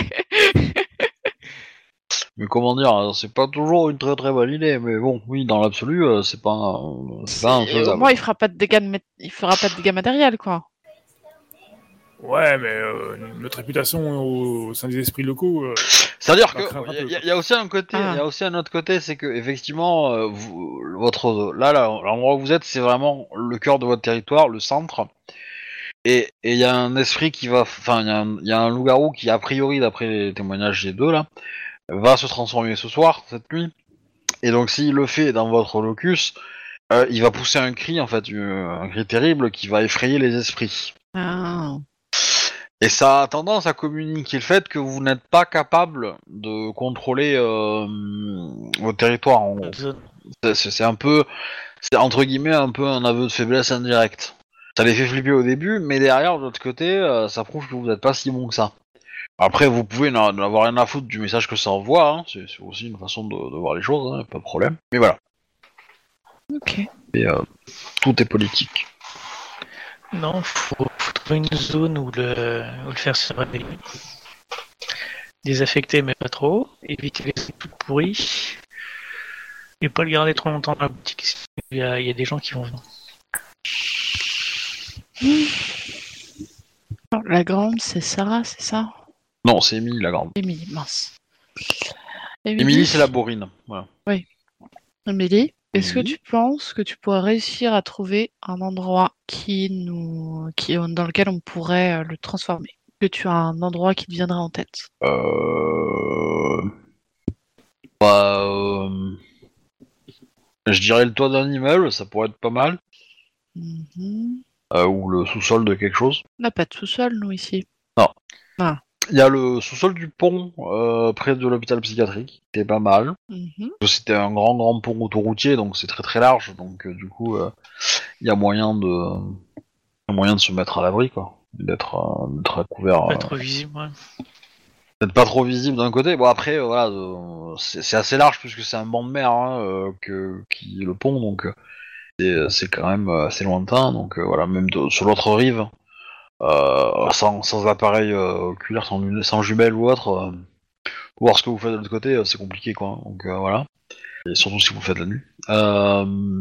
Mais comment dire, c'est pas toujours une très très bonne idée, mais bon, oui, dans l'absolu, euh, c'est pas, euh, c'est pas Au infaisable. moins, il fera pas de dégâts, de mé- il fera pas de dégâts matériels, quoi. Ouais, mais euh, notre réputation au, au sein des esprits locaux. euh, C'est-à-dire Ça craint un que peu, il y, a- quoi. y a aussi un côté, il Ah. y a aussi un autre côté, c'est que effectivement, euh, vous, votre là, là, l'endroit où vous êtes, c'est vraiment le cœur de votre territoire, le centre. Et il y a un esprit qui va, enfin, il y a un, y a un loup-garou qui, a priori, d'après les témoignages des deux là, va se transformer ce soir, cette nuit. Et donc, s'il le fait dans votre locus, euh, il va pousser un cri, en fait, euh, un cri terrible qui va effrayer les esprits. Ah. Et ça a tendance à communiquer le fait que vous n'êtes pas capable de contrôler euh, votre territoire. En gros. Zone. C'est, c'est un peu, c'est entre guillemets un peu un aveu de faiblesse indirect. Ça les fait flipper au début, mais derrière, de l'autre côté, euh, ça prouve que vous n'êtes pas si bon que ça. Après, vous pouvez n'a- n'avoir rien à foutre du message que ça envoie, hein. c'est, c'est aussi une façon de, de voir les choses, hein, pas de problème. Mais voilà, Ok. et, euh, tout est politique. Non, faut, faut trouver une zone où le, où le faire se réveiller. Désaffecter, mais pas trop. Éviter les trucs tout pourris. Et pas le garder trop longtemps dans la boutique. Il y a, il y a des gens qui vont venir. Alors, la grande, c'est Sarah, c'est ça? Non, c'est Émilie la grande. Émilie, mince. Émilie, c'est la bourrine. Voilà. Émilie, est-ce que Oui. tu penses que tu pourrais réussir à trouver un endroit qui nous, qui, dans lequel on pourrait euh, le transformer? Que tu as un endroit qui te viendra en tête. Euh... Bah, euh... je dirais le toit d'un immeuble, ça pourrait être pas mal. Mhm. Euh, ou le sous-sol de quelque chose. On n'a pas de sous-sol, nous, ici. Il y a le sous-sol du pont euh, près de l'hôpital psychiatrique, qui est pas mal. Mhm. C'était un grand grand pont autoroutier, donc c'est très très large, donc euh, du coup, euh, il y a moyen de, y a moyen de se mettre à l'abri, quoi, d'être, euh, d'être à couvert, Pas euh, trop visible, ouais. d'être pas trop visible d'un côté. Bon après, euh, voilà, euh, c'est, c'est assez large puisque c'est un banc de mer hein, euh, que qui est le pont, donc euh, c'est, c'est quand même euh, assez lointain, donc euh, voilà, même de, sur l'autre rive. Euh, sans, sans appareil euh, oculaire, sans, lune- sans jumelles ou autre, euh, voir ce que vous faites de l'autre côté, euh, c'est compliqué quoi. Donc euh, voilà. Et surtout si vous le faites la nuit. Euh...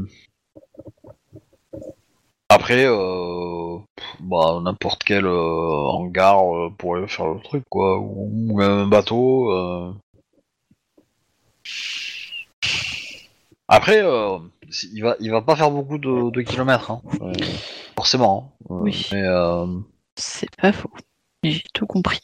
Après, euh... pff, bah n'importe quel euh, hangar euh, pourrait faire le truc quoi, ou, ou un bateau. Euh... Après, euh, si- il va, il va pas faire beaucoup de, de kilomètres, hein. Euh, forcément. Hein. Euh, Oui. Mais euh... C'est pas faux. J'ai tout compris.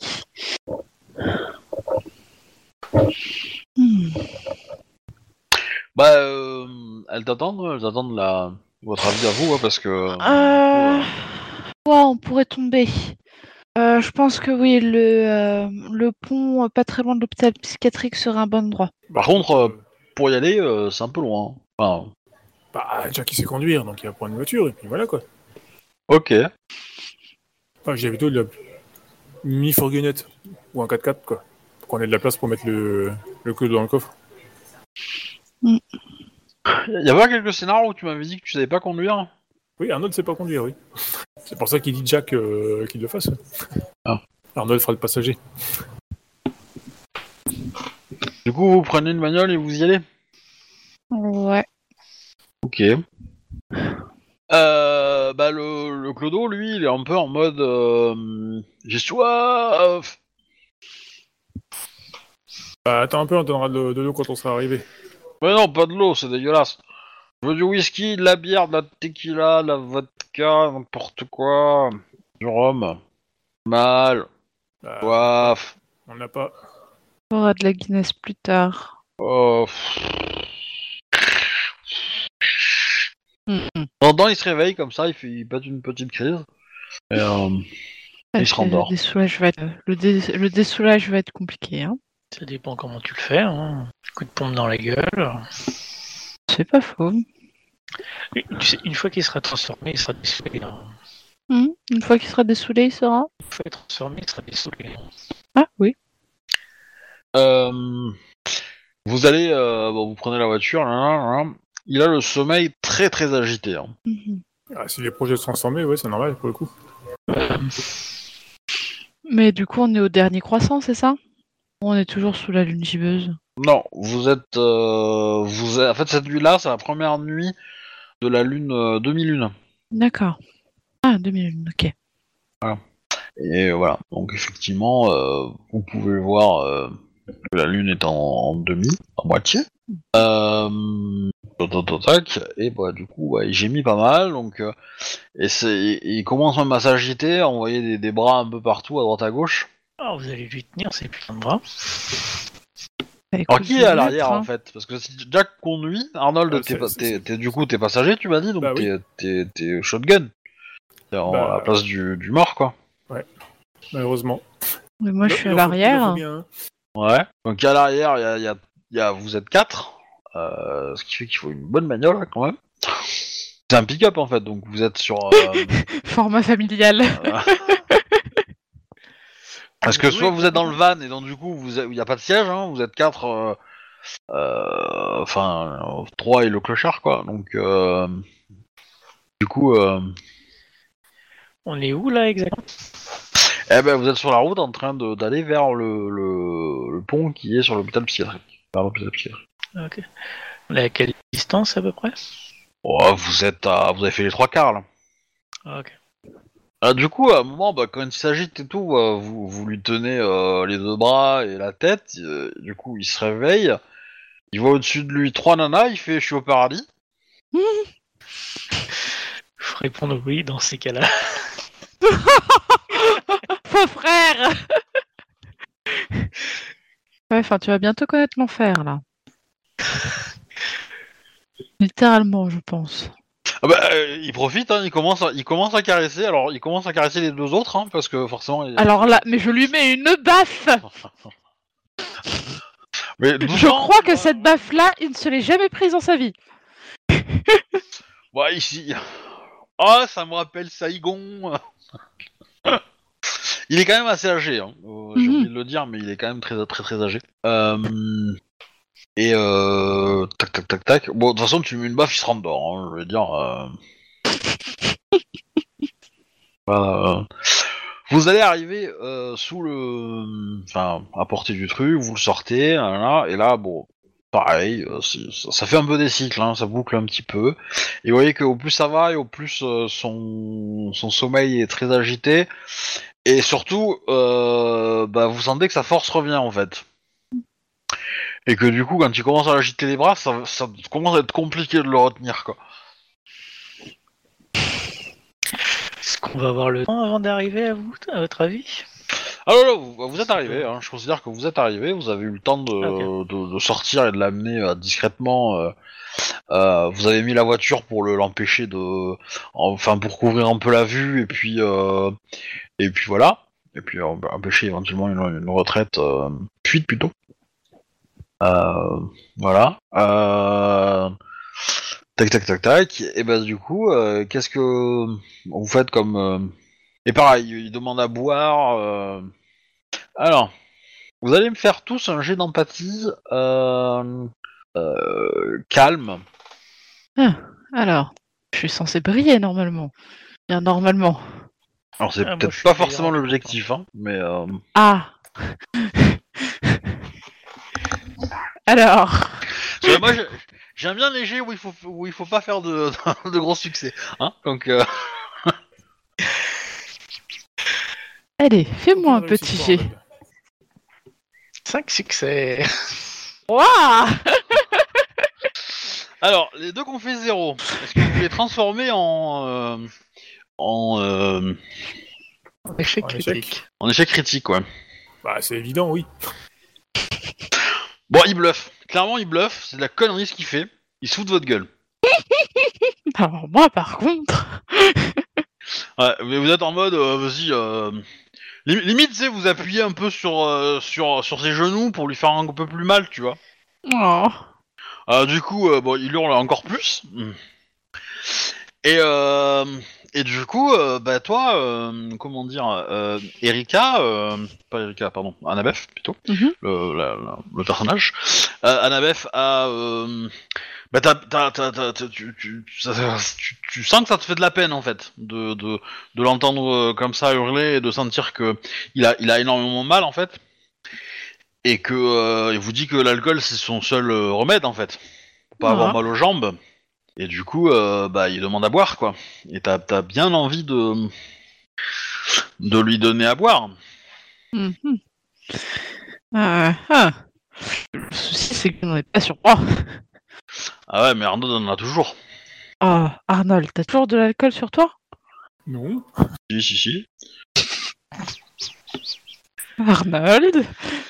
Hmm. bah, euh... elles t'attendent, elles attendent la votre avis à vous, hein, parce que. Euh... Ouais, on pourrait tomber. Euh, je pense que oui, le, euh, le pont euh, pas très loin de l'hôpital psychiatrique serait un bon endroit. Par contre, euh, pour y aller, euh, c'est un peu loin. Enfin, Bah, Jack il sait conduire, donc il va prendre une voiture, et puis voilà quoi. ok. Enfin, j'ai plutôt de la mini-fourgonnette, ou un quatre-quatre quoi. Pour qu'on ait de la place pour mettre le, le clou dans le coffre. Il y avait quelques scénarios où tu m'avais dit que tu savais pas conduire. Oui, Arnold sait pas conduire, oui. C'est pour ça qu'il dit Jack euh, qu'il le fasse. Ah. Arnold fera le passager. Du coup, vous prenez une bagnole et vous y allez. Ouais. Ok. Euh, bah le, le Clodo, lui, il est un peu en mode euh, j'ai soif. Bah, attends un peu, on donnera de, de l'eau quand on sera arrivé. Mais non, pas de l'eau, c'est dégueulasse. Je veux du whisky, de la bière, de la tequila, de la vodka, n'importe quoi, du rhum. Mal, Bah, soif. on n'a pas. On aura de la Guinness plus tard. Oh. Mhm. De temps en temps, il se réveille comme ça, il fait, il pète une petite crise. Et, euh, Il se Parce que rendort. Le dessoulage va être, le, dé- le dessoulage va être compliqué. Hein. Ça dépend comment tu le fais. Hein. Coup de pompe dans la gueule. C'est pas faux. Et tu sais, une fois qu'il sera transformé, il sera dessoulé. Hein. Mhm. Une fois qu'il sera dessoulé, il sera. Une fois qu'il est transformé, il sera dessoulé. Hein. Ah oui. Euh, vous allez, euh, bon, vous prenez la voiture, là, là, là. Il a le sommeil très très agité. Hein. Mhm. Ah, si les projets se transformer, ouais, c'est normal pour le coup. Euh, Mais du coup, on est au dernier croissant, c'est ça? On est toujours sous la lune gibbeuse. Non, vous êtes, euh, vous êtes- en fait cette nuit-là, c'est la première nuit de la lune euh, demi-lune. D'accord. Ah, demi-lune, ok. Et voilà, donc effectivement, euh, vous pouvez voir euh, que la lune est en, en demi, en moitié. Euh, tac, tac, tac, et bah du coup, ouais, il gémit pas mal, donc euh, et c'est, il commence même à s'agiter, à envoyer des, des bras un peu partout, à droite à gauche. Ah, vous allez lui tenir ces putains de bras. Bah, Alors écoute, qui je est à vais l'arrière mettre, en hein. fait? Parce que si Jack conduit, Arnold, Ah, t'es, c'est- pas- c'est- t'es- c'est- t'es- du coup t'es passager, tu m'as dit, donc Bah oui. t'es, t'es, t'es shotgun. T'es en, Bah, à la place du, du mort, quoi. Malheureusement. Mais moi, je suis à Il en faut- il en l'arrière. faut bien, hein. Ouais. Donc à l'arrière, il y a, y a- y a- vous êtes quatre, euh, ce qui fait qu'il faut une bonne bagnole là, quand même. C'est un pick-up en fait, donc vous êtes sur. Euh, Format familial. euh, Parce que soit vous êtes dans le van et donc du coup vous il n'y a pas de siège, hein, vous êtes quatre, euh, euh, enfin euh, trois et le clochard quoi. Donc euh, du coup, euh, On est où là exactement? eh ben vous êtes sur la route en train de, d'aller vers le, le, le pont qui est sur l'hôpital psychiatrique. Vers l'hôpital psychiatrique. Ok. On est à quelle distance à peu près? Oh, vous êtes à, vous avez fait les trois quarts là. Ah, ok. Ah, du coup, à un moment, bah, quand il s'agite et tout, euh, vous, vous lui tenez euh, les deux bras et la tête. Euh, du coup, il se réveille. Il voit au-dessus de lui trois nanas. Il fait, je suis au paradis. Faut répondre oui dans ces cas-là. faux frère. Ouais, enfin, tu vas bientôt connaître l'enfer, là. Littéralement, je pense. Ah bah, euh, il profite, hein, il commence, à, il commence à caresser. Alors, il commence à caresser les deux autres, hein, parce que forcément. Il... Alors là, mais je lui mets une baffe. Mais Je doucement, crois que ouais, cette baffe-là, il ne se l'est jamais prise dans sa vie. Ouais, ici. Ah, ça me rappelle Saigon. Il est quand même assez âgé, hein. euh, j'ai Mhm. oublié de le dire, mais il est quand même très très très âgé. Euh, et euh, tac tac tac tac. Bon, de toute façon, tu lui mets une baffe, il se rendort. Hein, je veux dire. Euh... voilà, euh. Vous allez arriver euh, sous le, enfin, à portée du truc, vous le sortez, là, et là, bon, pareil, euh, c'est- ça, ça fait un peu des cycles, hein, ça boucle un petit peu. Et vous voyez qu'au plus ça va, et au plus euh, son son sommeil est très agité. Et surtout, euh, bah, vous sentez que sa force revient en fait. Et que du coup, quand il commence à agiter les bras, ça, ça commence à être compliqué de le retenir, quoi. Est-ce qu'on va avoir le temps avant d'arriver à vous, à votre avis? Ah non, non, vous, vous êtes arrivé, hein, je considère que vous êtes arrivé, vous avez eu le temps de, Ok. de, de sortir et de l'amener euh, discrètement. Euh, euh, vous avez mis la voiture pour le, l'empêcher de... Enfin, pour couvrir un peu la vue, et puis, euh, et puis voilà. Et puis euh, empêcher éventuellement une, une retraite, euh, fuite plutôt. Euh, voilà. Euh... Tac tac tac tac. Et bah du coup, euh, qu'est-ce que vous faites comme... euh, Et pareil, il demande à boire. Euh... Alors, vous allez me faire tous un jet d'empathie euh... Euh... calme. Ah, alors, je suis censé briller normalement. Bien normalement. Alors c'est Ah, moi, peut-être je suis pas brillant, forcément je l'objectif, hein, mais... Euh... Ah. Alors. Parce que moi, j'ai- j'aime bien les jets où il faut où il faut pas faire de, de gros succès, hein. Donc, euh... Allez, fais-moi un Aucune réussite petit pour jet. Ahmed. Cinq succès. Waouh. alors les deux qu'on fait zéro. Est-ce que vous voulez transformer en euh, en euh, Échec En échec. critique. en échec critique, ouais. Bah, c'est évident, oui. Bon, il bluffe. Clairement, il bluffe. C'est de la connerie ce qu'il fait. Il se fout de votre gueule. Alors moi, par contre. Ouais, mais vous êtes en mode, euh, vas-y. Euh... lim- Limite, tu sais, vous appuyez un peu sur euh, sur sur ses genoux pour lui faire un peu plus mal, tu vois. Oh. Euh, du coup, euh, bon, il hurle encore plus. Et, euh, et du coup, euh, bah toi, euh, comment dire, euh, Erika, euh, pas Erika, pardon, Annabeth plutôt, Mhm. le, la- la- le personnage, euh, Annabeth a, euh, bah t'as, t'as, t'as, t'as- t'as- tu, tu, ça- tu, tu sens que ça te fait de la peine en fait, de, de, de l'entendre euh, comme ça hurler et de sentir que il a, il a énormément mal en fait, et que euh, il vous dit que l'alcool c'est son seul euh, remède en fait, pour pas avoir Ah. mal aux jambes. Et du coup, euh, bah, il demande à boire, quoi. Et t'as, t'as bien envie de, de lui donner à boire. Mhm. Ah, ah. Le souci, c'est que n'en est pas sur moi. Ah ouais, mais Arnaud en a toujours. Oh, Arnold, t'as toujours de l'alcool sur toi? Non. Si, si, si. Arnold?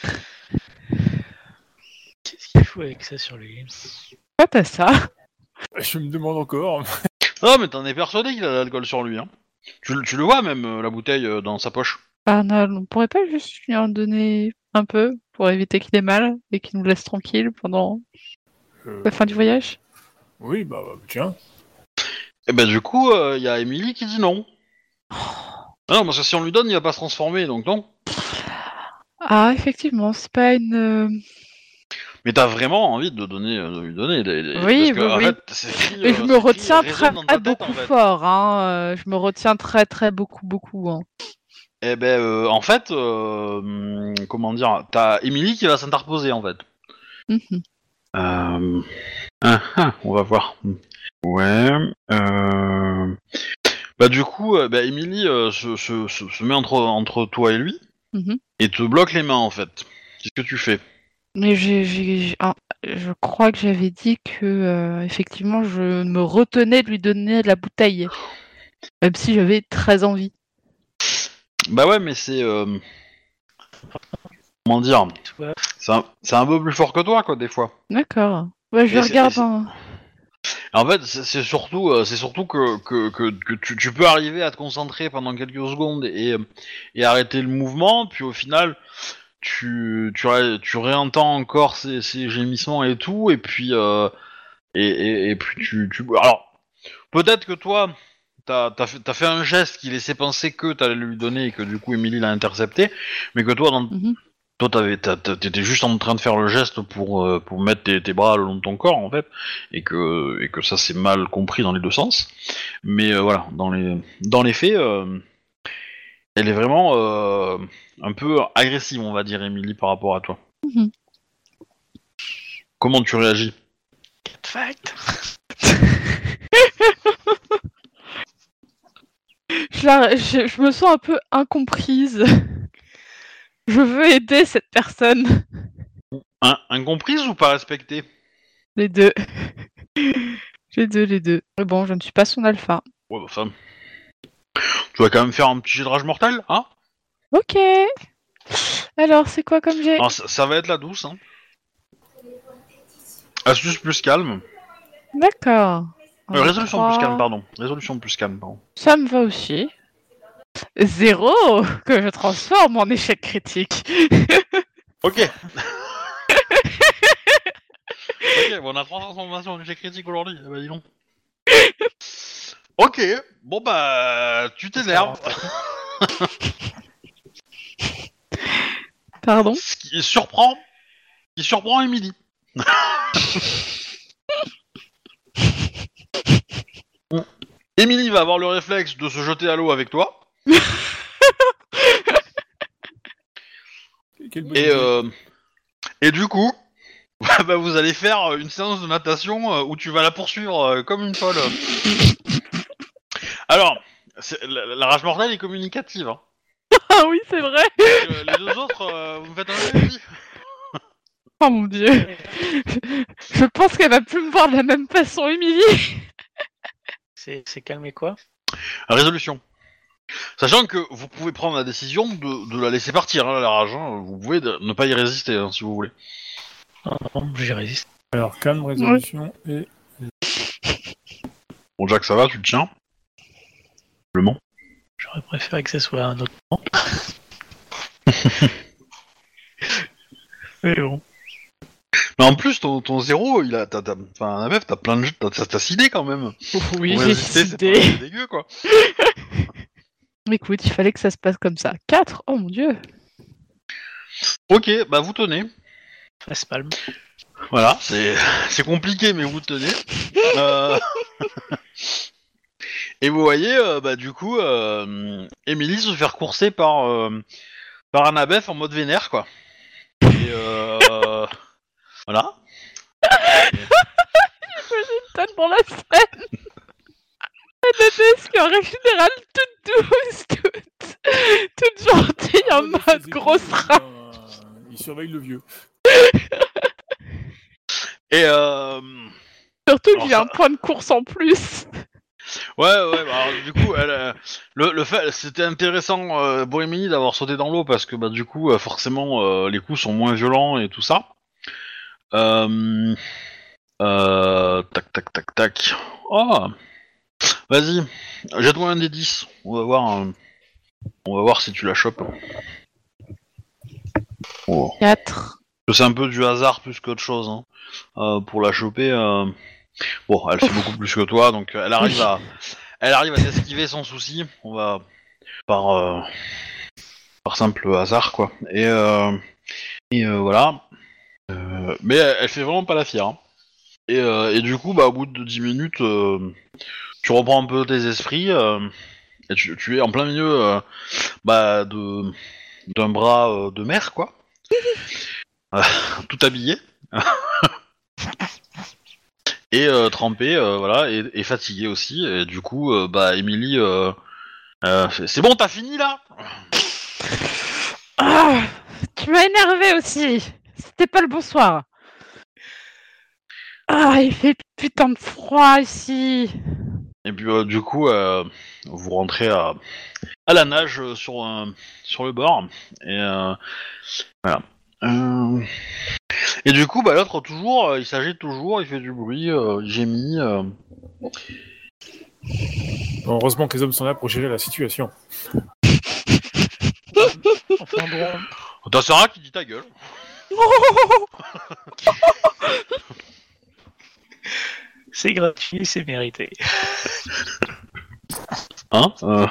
Qu'est-ce qu'il fout avec ça sur lui? Pourquoi t'as ça? Je me demande encore. Non, mais t'en es persuadé qu'il a de l'alcool sur lui, hein. Tu, le- tu le vois même, euh, la bouteille euh, dans sa poche. Arnold, on pourrait pas juste lui en donner un peu pour éviter qu'il ait mal et qu'il nous laisse tranquille pendant Euh, la fin du voyage? Oui, bah, tiens. Et ben du coup, il euh, y a Emily qui dit non. Ah non, parce que si on lui donne, il va pas se transformer, donc non. Ah, effectivement, c'est pas une... euh, Mais t'as vraiment envie de donner, euh, de lui donner des, des- Oui, parce que, oui, en oui. fait, ces cris, Mais euh, je me ces cris retiens résonnent très, dans ta très tête, beaucoup en fait. fort, hein. euh, je me retiens très très beaucoup beaucoup. Hein. Eh ben, euh, en fait, euh, hum, comment dire, t'as Emily qui va s'interposer, en fait. Mhm. Euh... Ah, ah, on va voir. Ouais. Euh... Bah du coup, euh, bah, Emily euh, se, se, se, se met entre, entre toi et lui Mhm. et te bloque les mains en fait. Qu'est-ce que tu fais? Mais j'ai, j'ai- j'ai- ah, je crois que j'avais dit que euh, effectivement je me retenais de lui donner de la bouteille, même si j'avais très envie. Bah ouais, mais c'est... Euh... Comment dire Ouais. c'est un... c'est un peu plus fort que toi, quoi, des fois. D'accord. Ouais, je Et le c'est- regarde et c'est- en... En fait, c'est c'est surtout, euh, c'est surtout que, que, que, que tu, tu peux arriver à te concentrer pendant quelques secondes et, et arrêter le mouvement, puis au final, tu, tu, ré- tu réentends encore ces, ces gémissements et tout, et puis, euh, et, et, et puis tu, tu... Alors, peut-être que toi, t'as, t'as, fait, t'as fait un geste qui laissait penser que t'allais lui donner et que du coup Emily l'a intercepté, mais que toi, dans, Mhm. toi, t'avais, t'as- t'as- t'étais juste en train de faire le geste pour, euh, pour mettre tes, tes bras le long de ton corps, en fait, et que, et que ça s'est mal compris dans les deux sens. Mais euh, voilà, dans les, dans les faits, euh, elle est vraiment euh, un peu agressive, on va dire, Emily, par rapport à toi. Mhm. Comment tu réagis? Fact. je, la- je- je me sens un peu incomprise. Je veux aider cette personne. Un, incomprise ou pas respectée? Les deux. Les deux, les deux. Mais bon, je ne suis pas son alpha. Ouais, bah, enfin, tu vas quand même faire un petit jet de rage mortel, hein? Ok. Alors, c'est quoi comme jet? Alors, ça, ça va être la douce, hein. Astuce plus calme. D'accord. Euh, Un, résolution trois. plus calme, pardon. Résolution plus calme, pardon. Ça me va aussi. Zéro que je transforme en échec critique. Ok. Ok, bon, on a trois transformations en échec critique aujourd'hui. Eh ben, dis donc. Ok, bon bah, tu t'énerves. Pardon? Ce qui surprend, ce qui surprend Emily. Bon. Emily va avoir le réflexe de se jeter à l'eau avec toi. Quelle bonne Et, idée. euh, et du coup, bah, vous allez faire une séance de natation euh, où tu vas la poursuivre euh, comme une folle. Alors, c'est- la, la rage mortelle est communicative. Hein. Ah oui, c'est vrai. Euh, les deux autres, euh, vous me faites un jeu aussi. Oh mon dieu. Je pense qu'elle va plus me voir de la même façon, Émilie. C'est c'est calmé quoi? Résolution. Sachant que vous pouvez prendre la décision de, de la laisser partir, hein, la rage. Hein. Vous pouvez de- ne pas y résister hein, si vous voulez. Non, non, j'y résiste. Alors, calme, résolution et. Bon, Jack, ça va, tu te tiens. Simplement. J'aurais préféré que ce soit un autre moment. Mais bon. Mais en plus, ton, ton zéro, il a, t'as, t'as, enfin, Nabef, t'as plein de, t'as, t'as, t'as six dés quand même. Oui, Pour j'ai résister, c'est décidé. pas dégueu quoi. Écoute, il fallait que ça se passe comme ça. quatre. Oh mon dieu. Ok, bah vous tenez. Face palme. Voilà, c'est, c'est compliqué, mais vous tenez. Euh... Et vous voyez, euh, bah du coup, euh, Emily se faire courser par euh, par Annabeth en mode vénère quoi. Et euh, voilà. Tellement la scène. Annabeth qui en règle générale toute douce, toute, toute gentille en Ah, ouais, mode ses grosse épaules, rat. euh, Il surveille le vieux. Et euh, Surtout Alors qu'il y a ça- un point de course en plus. ouais, ouais, bah, alors, du coup, elle, euh, le, le fait, c'était intéressant euh, pour Emily d'avoir sauté dans l'eau parce que bah du coup, euh, forcément, euh, les coups sont moins violents et tout ça. Euh, euh, tac, tac, tac, tac. Oh, vas-y, jette-moi un des dix. On va voir, euh, on va voir si tu la chopes. Oh. quatre. C'est un peu du hasard plus qu'autre chose. Hein. Euh, pour la choper, euh... bon, elle fait beaucoup plus que toi, donc elle arrive Oui. à, elle arrive à t'esquiver sans souci. On va par euh, par simple hasard quoi. Et euh... et euh, voilà. Euh... Mais elle, elle fait vraiment pas la fière. Hein. Et, euh... et du coup, bah au bout de dix minutes, euh... tu reprends un peu tes esprits euh... et tu, tu es en plein milieu euh... bah de d'un bras euh, de mer quoi. Euh, tout habillé. Et euh, trempé, euh, voilà, et, et fatigué aussi. Et du coup, euh, bah, Emily, euh, euh, fait, c'est bon, t'as fini là? Ah, tu m'as énervé aussi. C'était pas le bonsoir. Ah, il fait putain de froid ici. Et puis euh, du coup, euh, vous rentrez à, à la nage euh, sur, euh, sur le bord. Et euh, voilà. Euh, Et du coup, bah, l'autre toujours, euh, il s'agite toujours, il fait du bruit, euh, il gémit. Euh... Bon, heureusement que les hommes sont là pour gérer la situation. Enfin bon, T'as Sarah qui dit ta gueule. c'est gratuit, c'est mérité. Hein euh...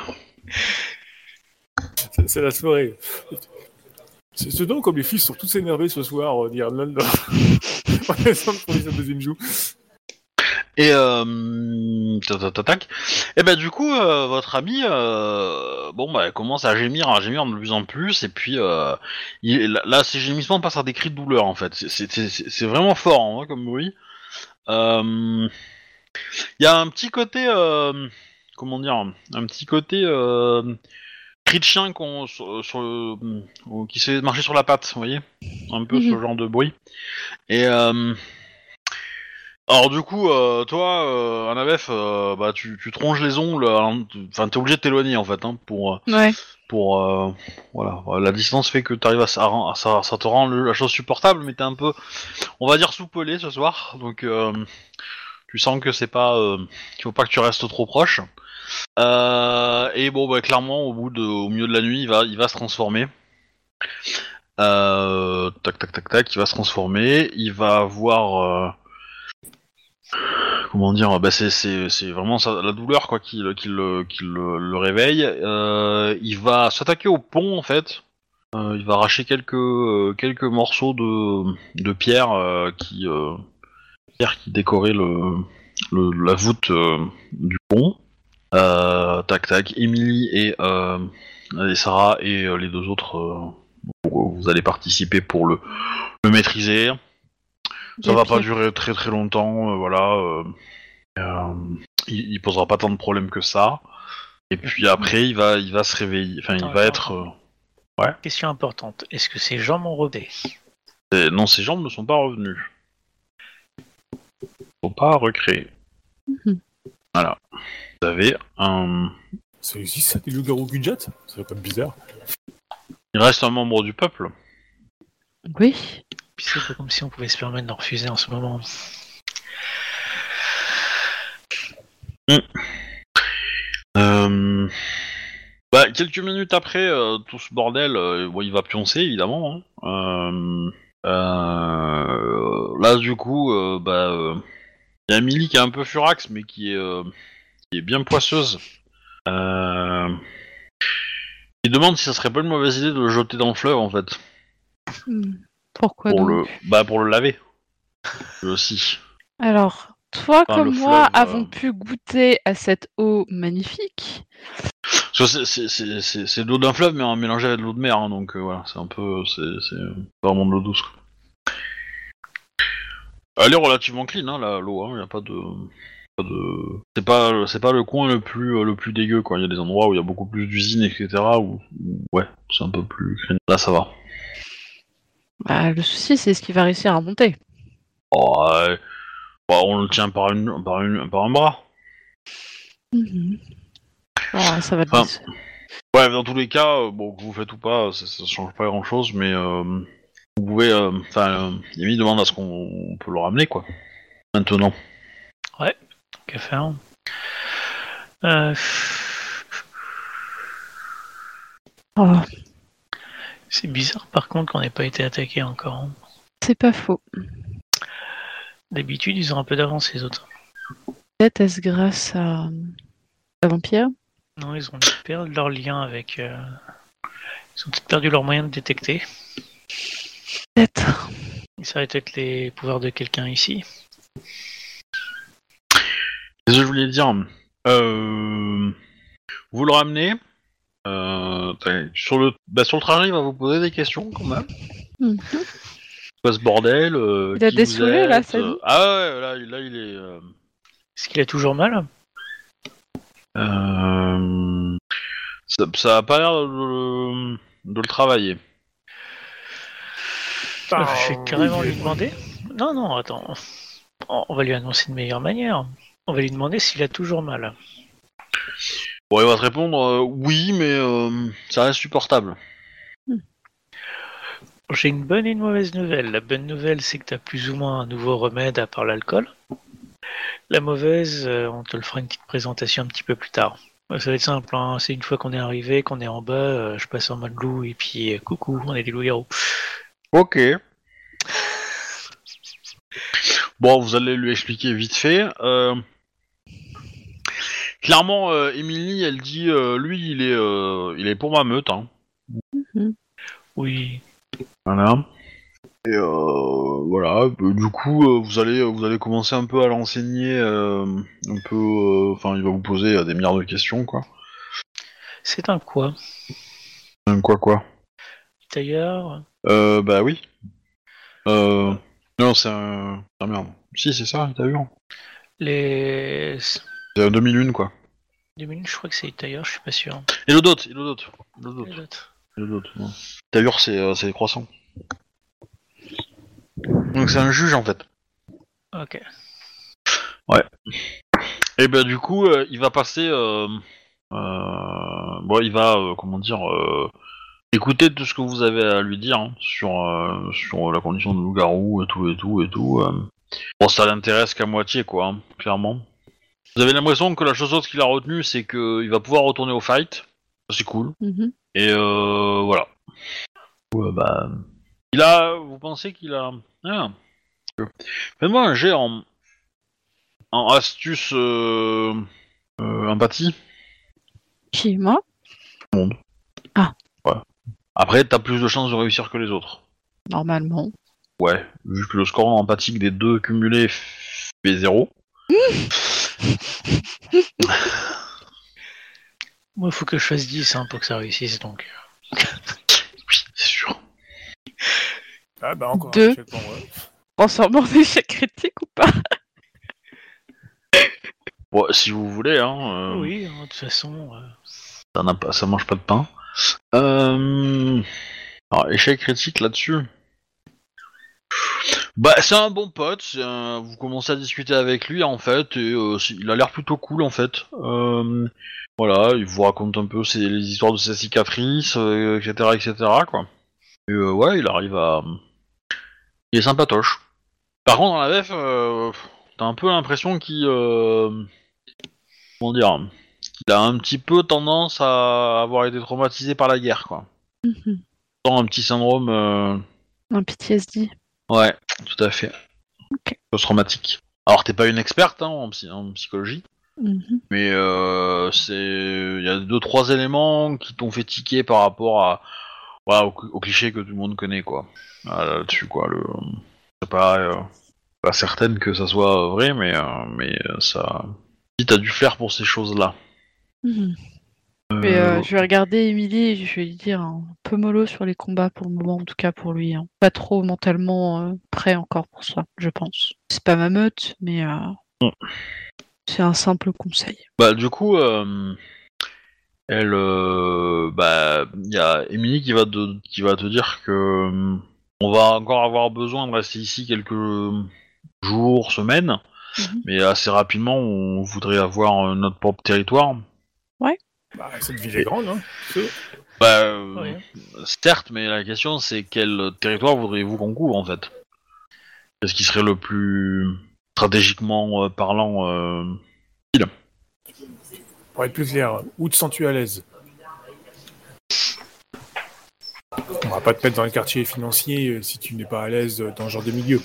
C'est, c'est la soirée. C'est ce donc comme les filles sont toutes énervées ce soir, euh, dit Arnold. On est ensemble pour sa deuxième joue. Et euh... tac, tac, tac, tac. Et bah du coup, euh, votre ami, euh... bon bah, elle commence à gémir, à gémir de plus en plus, et puis euh... il... là, ces gémissements passent à des cris de douleur en fait. C'est, c'est, c'est, c'est vraiment fort hein, comme bruit. Euh... Il y a un petit côté, euh... comment dire, un petit côté. Euh... cri de chien qu'on, sur, sur le, euh, qui s'est marché sur la patte, vous voyez, un peu Mhm. ce genre de bruit. Et euh, alors du coup, euh, toi, euh, Anabef, euh, bah tu, tu tronches les ongles, enfin t'es obligé de t'éloigner en fait, hein, pour Ouais. pour euh, voilà, la distance fait que t'arrives à ça, à ça, ça te rend le- la chose supportable, mais t'es un peu, on va dire soupolé ce soir, donc euh, tu sens que c'est pas, euh, qu'il faut pas que tu restes trop proche. Euh, et bon, bah clairement, au bout de, au milieu de la nuit, il va, il va se transformer. Euh, tac, tac, tac, tac, il va se transformer. Il va avoir, euh, comment dire, bah c'est, c'est, c'est vraiment ça, la douleur quoi qui, qui, le, qui le, le réveille. Euh, il va s'attaquer au pont en fait. Euh, il va arracher quelques, euh, quelques morceaux de, de pierre euh, qui, euh, pierre qui décoraient le, le, la voûte euh, du pont. Euh, tac tac, Emily et, euh, et Sarah et euh, les deux autres, euh, vous allez participer pour le, le maîtriser. Ça Et va puis, pas durer très très longtemps, euh, voilà. Euh, euh, il, il posera pas tant de problèmes que ça. Et puis après, il va, il va se réveiller. Enfin, il Attends, va attends, être. attends. euh, Question importante, est-ce que ces gens m'ont rodé? euh, non, ses jambes ne sont pas revenues. Faut pas recréer. Mhm. Voilà. Vous avez un. Ça existe ça, des loups-garous Gudjat? Ça va pas être bizarre. Il reste un membre du peuple. oui. Puis c'est pas comme si on pouvait se permettre d'en refuser en ce moment. Euh... Bah, quelques minutes après euh, tout ce bordel, euh, bon, il va pioncer évidemment. Hein. Euh... Euh... Là, du coup, euh, bah, euh, y a Millie qui est un peu furax, mais qui est, euh, qui est bien poisseuse. Euh... Il demande si ça serait pas une mauvaise idée de le jeter dans le fleuve en fait, Hmm. Pourquoi pour donc le, bah, pour le laver. Lui aussi. Alors, toi Enfin, comme le moi fleuve, avons euh, pu goûter à cette eau magnifique. Parce que c'est- c'est- c'est c'est- c'est de l'eau d'un fleuve, mais mélangée avec de l'eau de mer, hein, donc euh, voilà, c'est un peu, c'est c'est vraiment de l'eau douce. Quoi. Elle est relativement clean, hein, la- l'eau, hein, y a pas de, pas de, c'est pas, c'est pas le coin le plus, euh, le plus dégueu, quoi. Il y a des endroits où il y a beaucoup plus d'usines, et cetera. Où, où, ouais, c'est un peu plus clean. Là, ça va. Bah, le souci, c'est ce qui va réussir à monter. Oh, ouais. Bah, on le tient par une, par une, par un bras. Mhm. Ah, ça va le Enfin, baisser. Ouais, dans tous les cas, euh, bon, que vous faites ou pas, ça, ça change pas grand chose, mais euh, vous pouvez, euh, enfin, euh, Yami demande à ce qu'on on peut le ramener, quoi. Maintenant. Qu'à faire? Euh... Oh, C'est bizarre par contre qu'on n'ait pas été attaqué encore. hein. c'est pas faux. D'habitude, ils ont un peu d'avance les autres. Peut-être est-ce grâce à, à Vampire? Non, ils ont perdu leur lien avec. euh, Ils ont peut-être perdu leur moyen de détecter. Peut-être. Et ça va peut-être les pouvoirs de quelqu'un ici. Qu'est-ce que je voulais dire euh, Vous le ramenez. Euh, sur, le, bah, sur le trajet, il va vous poser des questions, quand même. Mhm. Quoi ce bordel euh, Il a qui des vous saoulés, là, êtes, ça euh, dit. Ah ouais, là, là il est... Euh, Est-ce qu'il a toujours mal? euh, ça, ça a pas l'air de, le- de le travailler. Je vais carrément lui demander. Non, non, attends. On va lui annoncer de meilleure manière. On va lui demander s'il a toujours mal. Bon, il va te répondre euh, oui, mais euh, ça reste supportable. J'ai une bonne et une mauvaise nouvelle. La bonne nouvelle, c'est que tu as plus ou moins un nouveau remède à part l'alcool. La mauvaise, euh, on te le fera une petite présentation un petit peu plus tard. Ça va être simple, hein. C'est une fois qu'on est arrivé, qu'on est en bas, euh, je passe en mode loup et puis euh, coucou, on est des loups-garous. Ok. Bon, vous allez lui expliquer vite fait. Euh... Clairement, euh, Émilie, elle dit, euh, lui, il est, euh, il est pour ma meute. Hein. Oui. Voilà. Et euh, voilà. Euh, Du coup, euh, vous allez, vous allez commencer un peu à l'enseigner, euh, un peu. euh, Enfin, il va vous poser euh, des milliards de questions, quoi. C'est un quoi? Un quoi, quoi. Tailleur? Euh, bah oui. Euh... Non, c'est un... Ah merde. Si, c'est ça, t'as vu hein. Les... C'est un deux mille un, quoi. deux minutes, je crois que c'est tailleur, je suis pas sûr. Et le dot, et le dot. Le dot. Les autres. Le dot, ouais. Tailleur, c'est, euh, c'est les croissants. Donc c'est un juge, en fait. Ok. Et bah du coup, euh, il va passer... Euh... Euh... Bon, il va, euh, comment dire... Euh... Écoutez tout ce que vous avez à lui dire hein, sur, euh, sur la condition de loup-garou et tout et tout et tout. Euh. Bon, ça l'intéresse qu'à moitié, quoi, hein, clairement. Vous avez l'impression que la chose autre qu'il a retenue, c'est qu'il va pouvoir retourner au fight. C'est cool. Mhm. Et euh, voilà. Ouais, bah... Il a... Vous pensez qu'il a... Ah. Faites-moi un jet en... en astuce... Euh... euh, empathie. Qui, moi? Monde. Ah. Ouais. Après, t'as plus de chances de réussir que les autres. Normalement. Ouais, vu que le score empathique des deux cumulés fait zéro. Moi, il faut que je fasse dix hein, pour que ça réussisse, donc... Oui, c'est sûr. Ah bah encore Deux. un échec pour moi. Transforme en échec critique ou pas? Bon, si vous voulez, hein. Euh, Oui, hein, de toute façon... euh, ça, n'a pas, ça mange pas de pain. Euh... Alors, échec critique là-dessus. Bah, c'est un bon pote. c'est un- Vous commencez à discuter avec lui en fait, et euh, c'est- il a l'air plutôt cool en fait. Euh, Voilà, il vous raconte un peu ses, les histoires de ses cicatrices, euh, et cetera, et cetera quoi. Et euh, ouais, il arrive à. Il est sympatoche. Par contre, dans la V F, euh, t'as un peu l'impression qu'il. Euh, comment dire Il a un petit peu tendance à avoir été traumatisé par la guerre, quoi. Mhm. Dans un petit syndrome. euh, Un P T S D. Ouais, tout à fait. Ok. Post-traumatique. Alors, t'es pas une experte hein, en, psy- en psychologie, Mhm. mais euh, c'est. Il y a deux, trois éléments qui t'ont fait tiquer par rapport à. Voilà, au, au cliché que tout le monde connaît, quoi. Ah, là-dessus, quoi. Le... C'est pas. euh, Pas certaine que ça soit vrai, mais, euh, mais euh, ça. Si t'as du flair pour ces choses-là. Mhm. Mais, euh, je vais regarder Émilie et je vais lui dire hein, un peu mollo sur les combats pour le moment, en tout cas pour lui. hein. Pas trop mentalement euh, prêt encore pour ça, je pense. C'est pas ma meute, mais euh, Mm. c'est un simple conseil. Bah, du coup, euh, elle. Euh, bah, il y a Émilie qui va, te, qui va te dire que. euh, On va encore avoir besoin de rester ici quelques jours, semaines, Mhm. mais assez rapidement, on voudrait avoir euh, notre propre territoire. Bah, cette ville est grande, hein. C'est- Bah, euh, ouais. certes, mais la question c'est quel territoire voudriez-vous qu'on couvre en fait? Qu'est-ce qui serait le plus stratégiquement euh, parlant euh... Pour être plus clair, où te sens-tu à l'aise? On va pas te mettre dans le quartier financier euh, si tu n'es pas à l'aise euh, dans ce genre de milieu.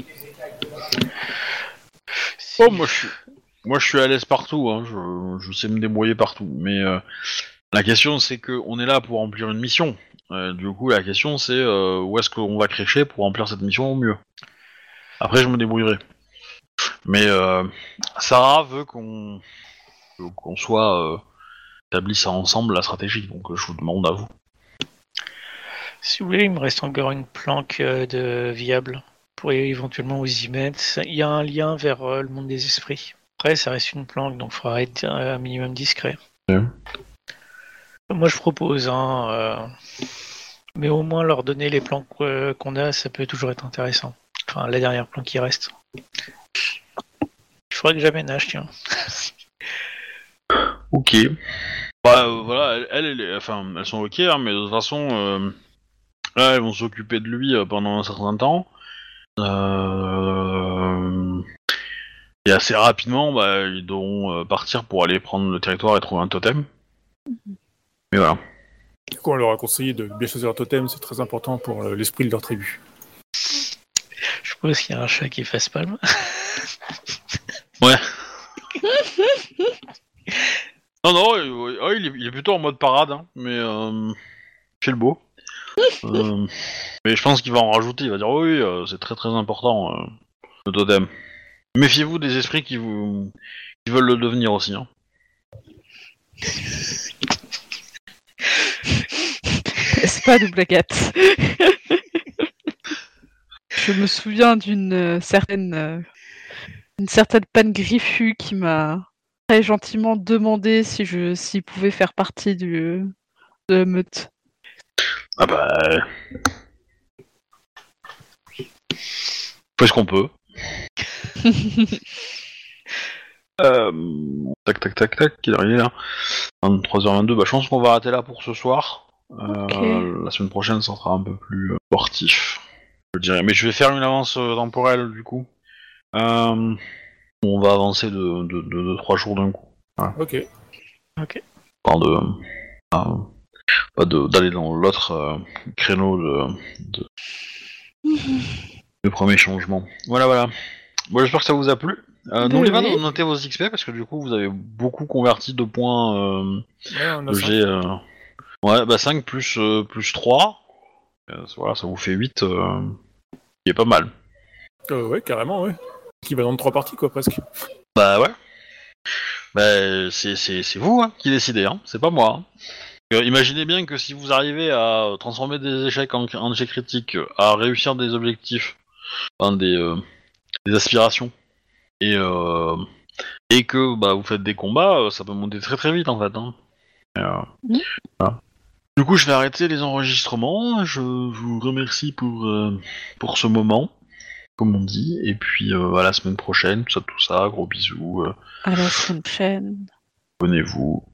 Si- Oh, moi je suis, moi je suis à l'aise partout, hein. je, je sais me débrouiller partout. Mais euh, la question c'est que on est là pour remplir une mission. Euh, du coup, la question c'est euh, où est-ce qu'on va crécher pour remplir cette mission au mieux. Après, je me débrouillerai. Mais euh, Sarah veut qu'on qu'on soit euh, établisse ensemble la stratégie, donc euh, je vous demande à vous. Si vous voulez, il me reste encore une planque euh, de viable pour éventuellement vous y mettre. Ça- Il y a un lien vers euh, le monde des esprits. Après, ça reste une planque, donc il faudra être euh, un minimum discret. Ouais. Moi, je propose, hein, euh, mais au moins leur donner les planques euh, qu'on a, ça peut toujours être intéressant. Enfin, la dernière planque qui reste. Il faudrait que j'aménage, tiens. Ok. Bah euh, voilà, elles, elles, elles- enfin, elles sont ok, hein, mais de toute façon, euh, là, elles vont s'occuper de lui euh, pendant un certain temps. Euh... Et assez rapidement, bah, ils devront euh, partir pour aller prendre le territoire et trouver un totem. Mais voilà. Du coup, on leur a conseillé de bien choisir leur totem, c'est très important pour euh, l'esprit de leur tribu. Je suppose qu'il y a un chat qui fasse palme. Ouais. Non, non, euh, ouais, il, est, il est plutôt en mode parade, hein, mais euh, il fait le beau. Euh, mais je pense qu'il va en rajouter, il va dire oui, euh, c'est très très important, euh, le totem. Méfiez-vous des esprits qui vous qui veulent le devenir aussi. Hein. C'est pas de blaguette. Je me souviens d'une euh, certaine euh, une certaine panne griffue qui m'a très gentiment demandé si je s'il pouvait faire partie du de la meute. Ah bah... On fait ce qu'on peut. euh... Tac tac tac tac, il est arrivé là. vingt-trois heures vingt-deux, bah je pense qu'on va arrêter là pour ce soir. Euh, Ok. La semaine prochaine, ça sera un peu plus euh, sportif, je dirais. Mais je vais faire une avance euh, temporelle du coup. Euh... On va avancer de de, de, de trois jours d'un coup. Ok. Ok. Enfin, de, euh, pas de d'aller dans l'autre euh, créneau de, de, de premier changement. Voilà, voilà. Bon, j'espère que ça vous a plu. Euh, Ben N'oubliez pas oui. de noter vos X P parce que du coup vous avez beaucoup converti de points euh, Ouais, on a de cinq. G. Euh... Ouais, bah cinq plus, euh, plus trois. Euh, voilà, ça vous fait huit. Euh... Qui est pas mal. Euh, ouais, carrément, ouais. Qui va dans trois parties, quoi, presque. Bah ouais. Bah c'est, c'est, c'est vous hein, qui décidez, hein. C'est pas moi. Hein. Euh, imaginez bien que si vous arrivez à transformer des échecs en, en échecs critiques, à réussir des objectifs, enfin, des, euh, des aspirations, et, euh, et que bah, vous faites des combats, euh, ça peut monter très très vite en fait. Hein. Et, euh, Mm. voilà. Du coup, je vais arrêter les enregistrements. Je vous remercie pour, euh, pour ce moment, comme on dit, et puis euh, à la semaine prochaine, tout ça, tout ça, gros bisous, euh, À la semaine prochaine. abonnez-vous.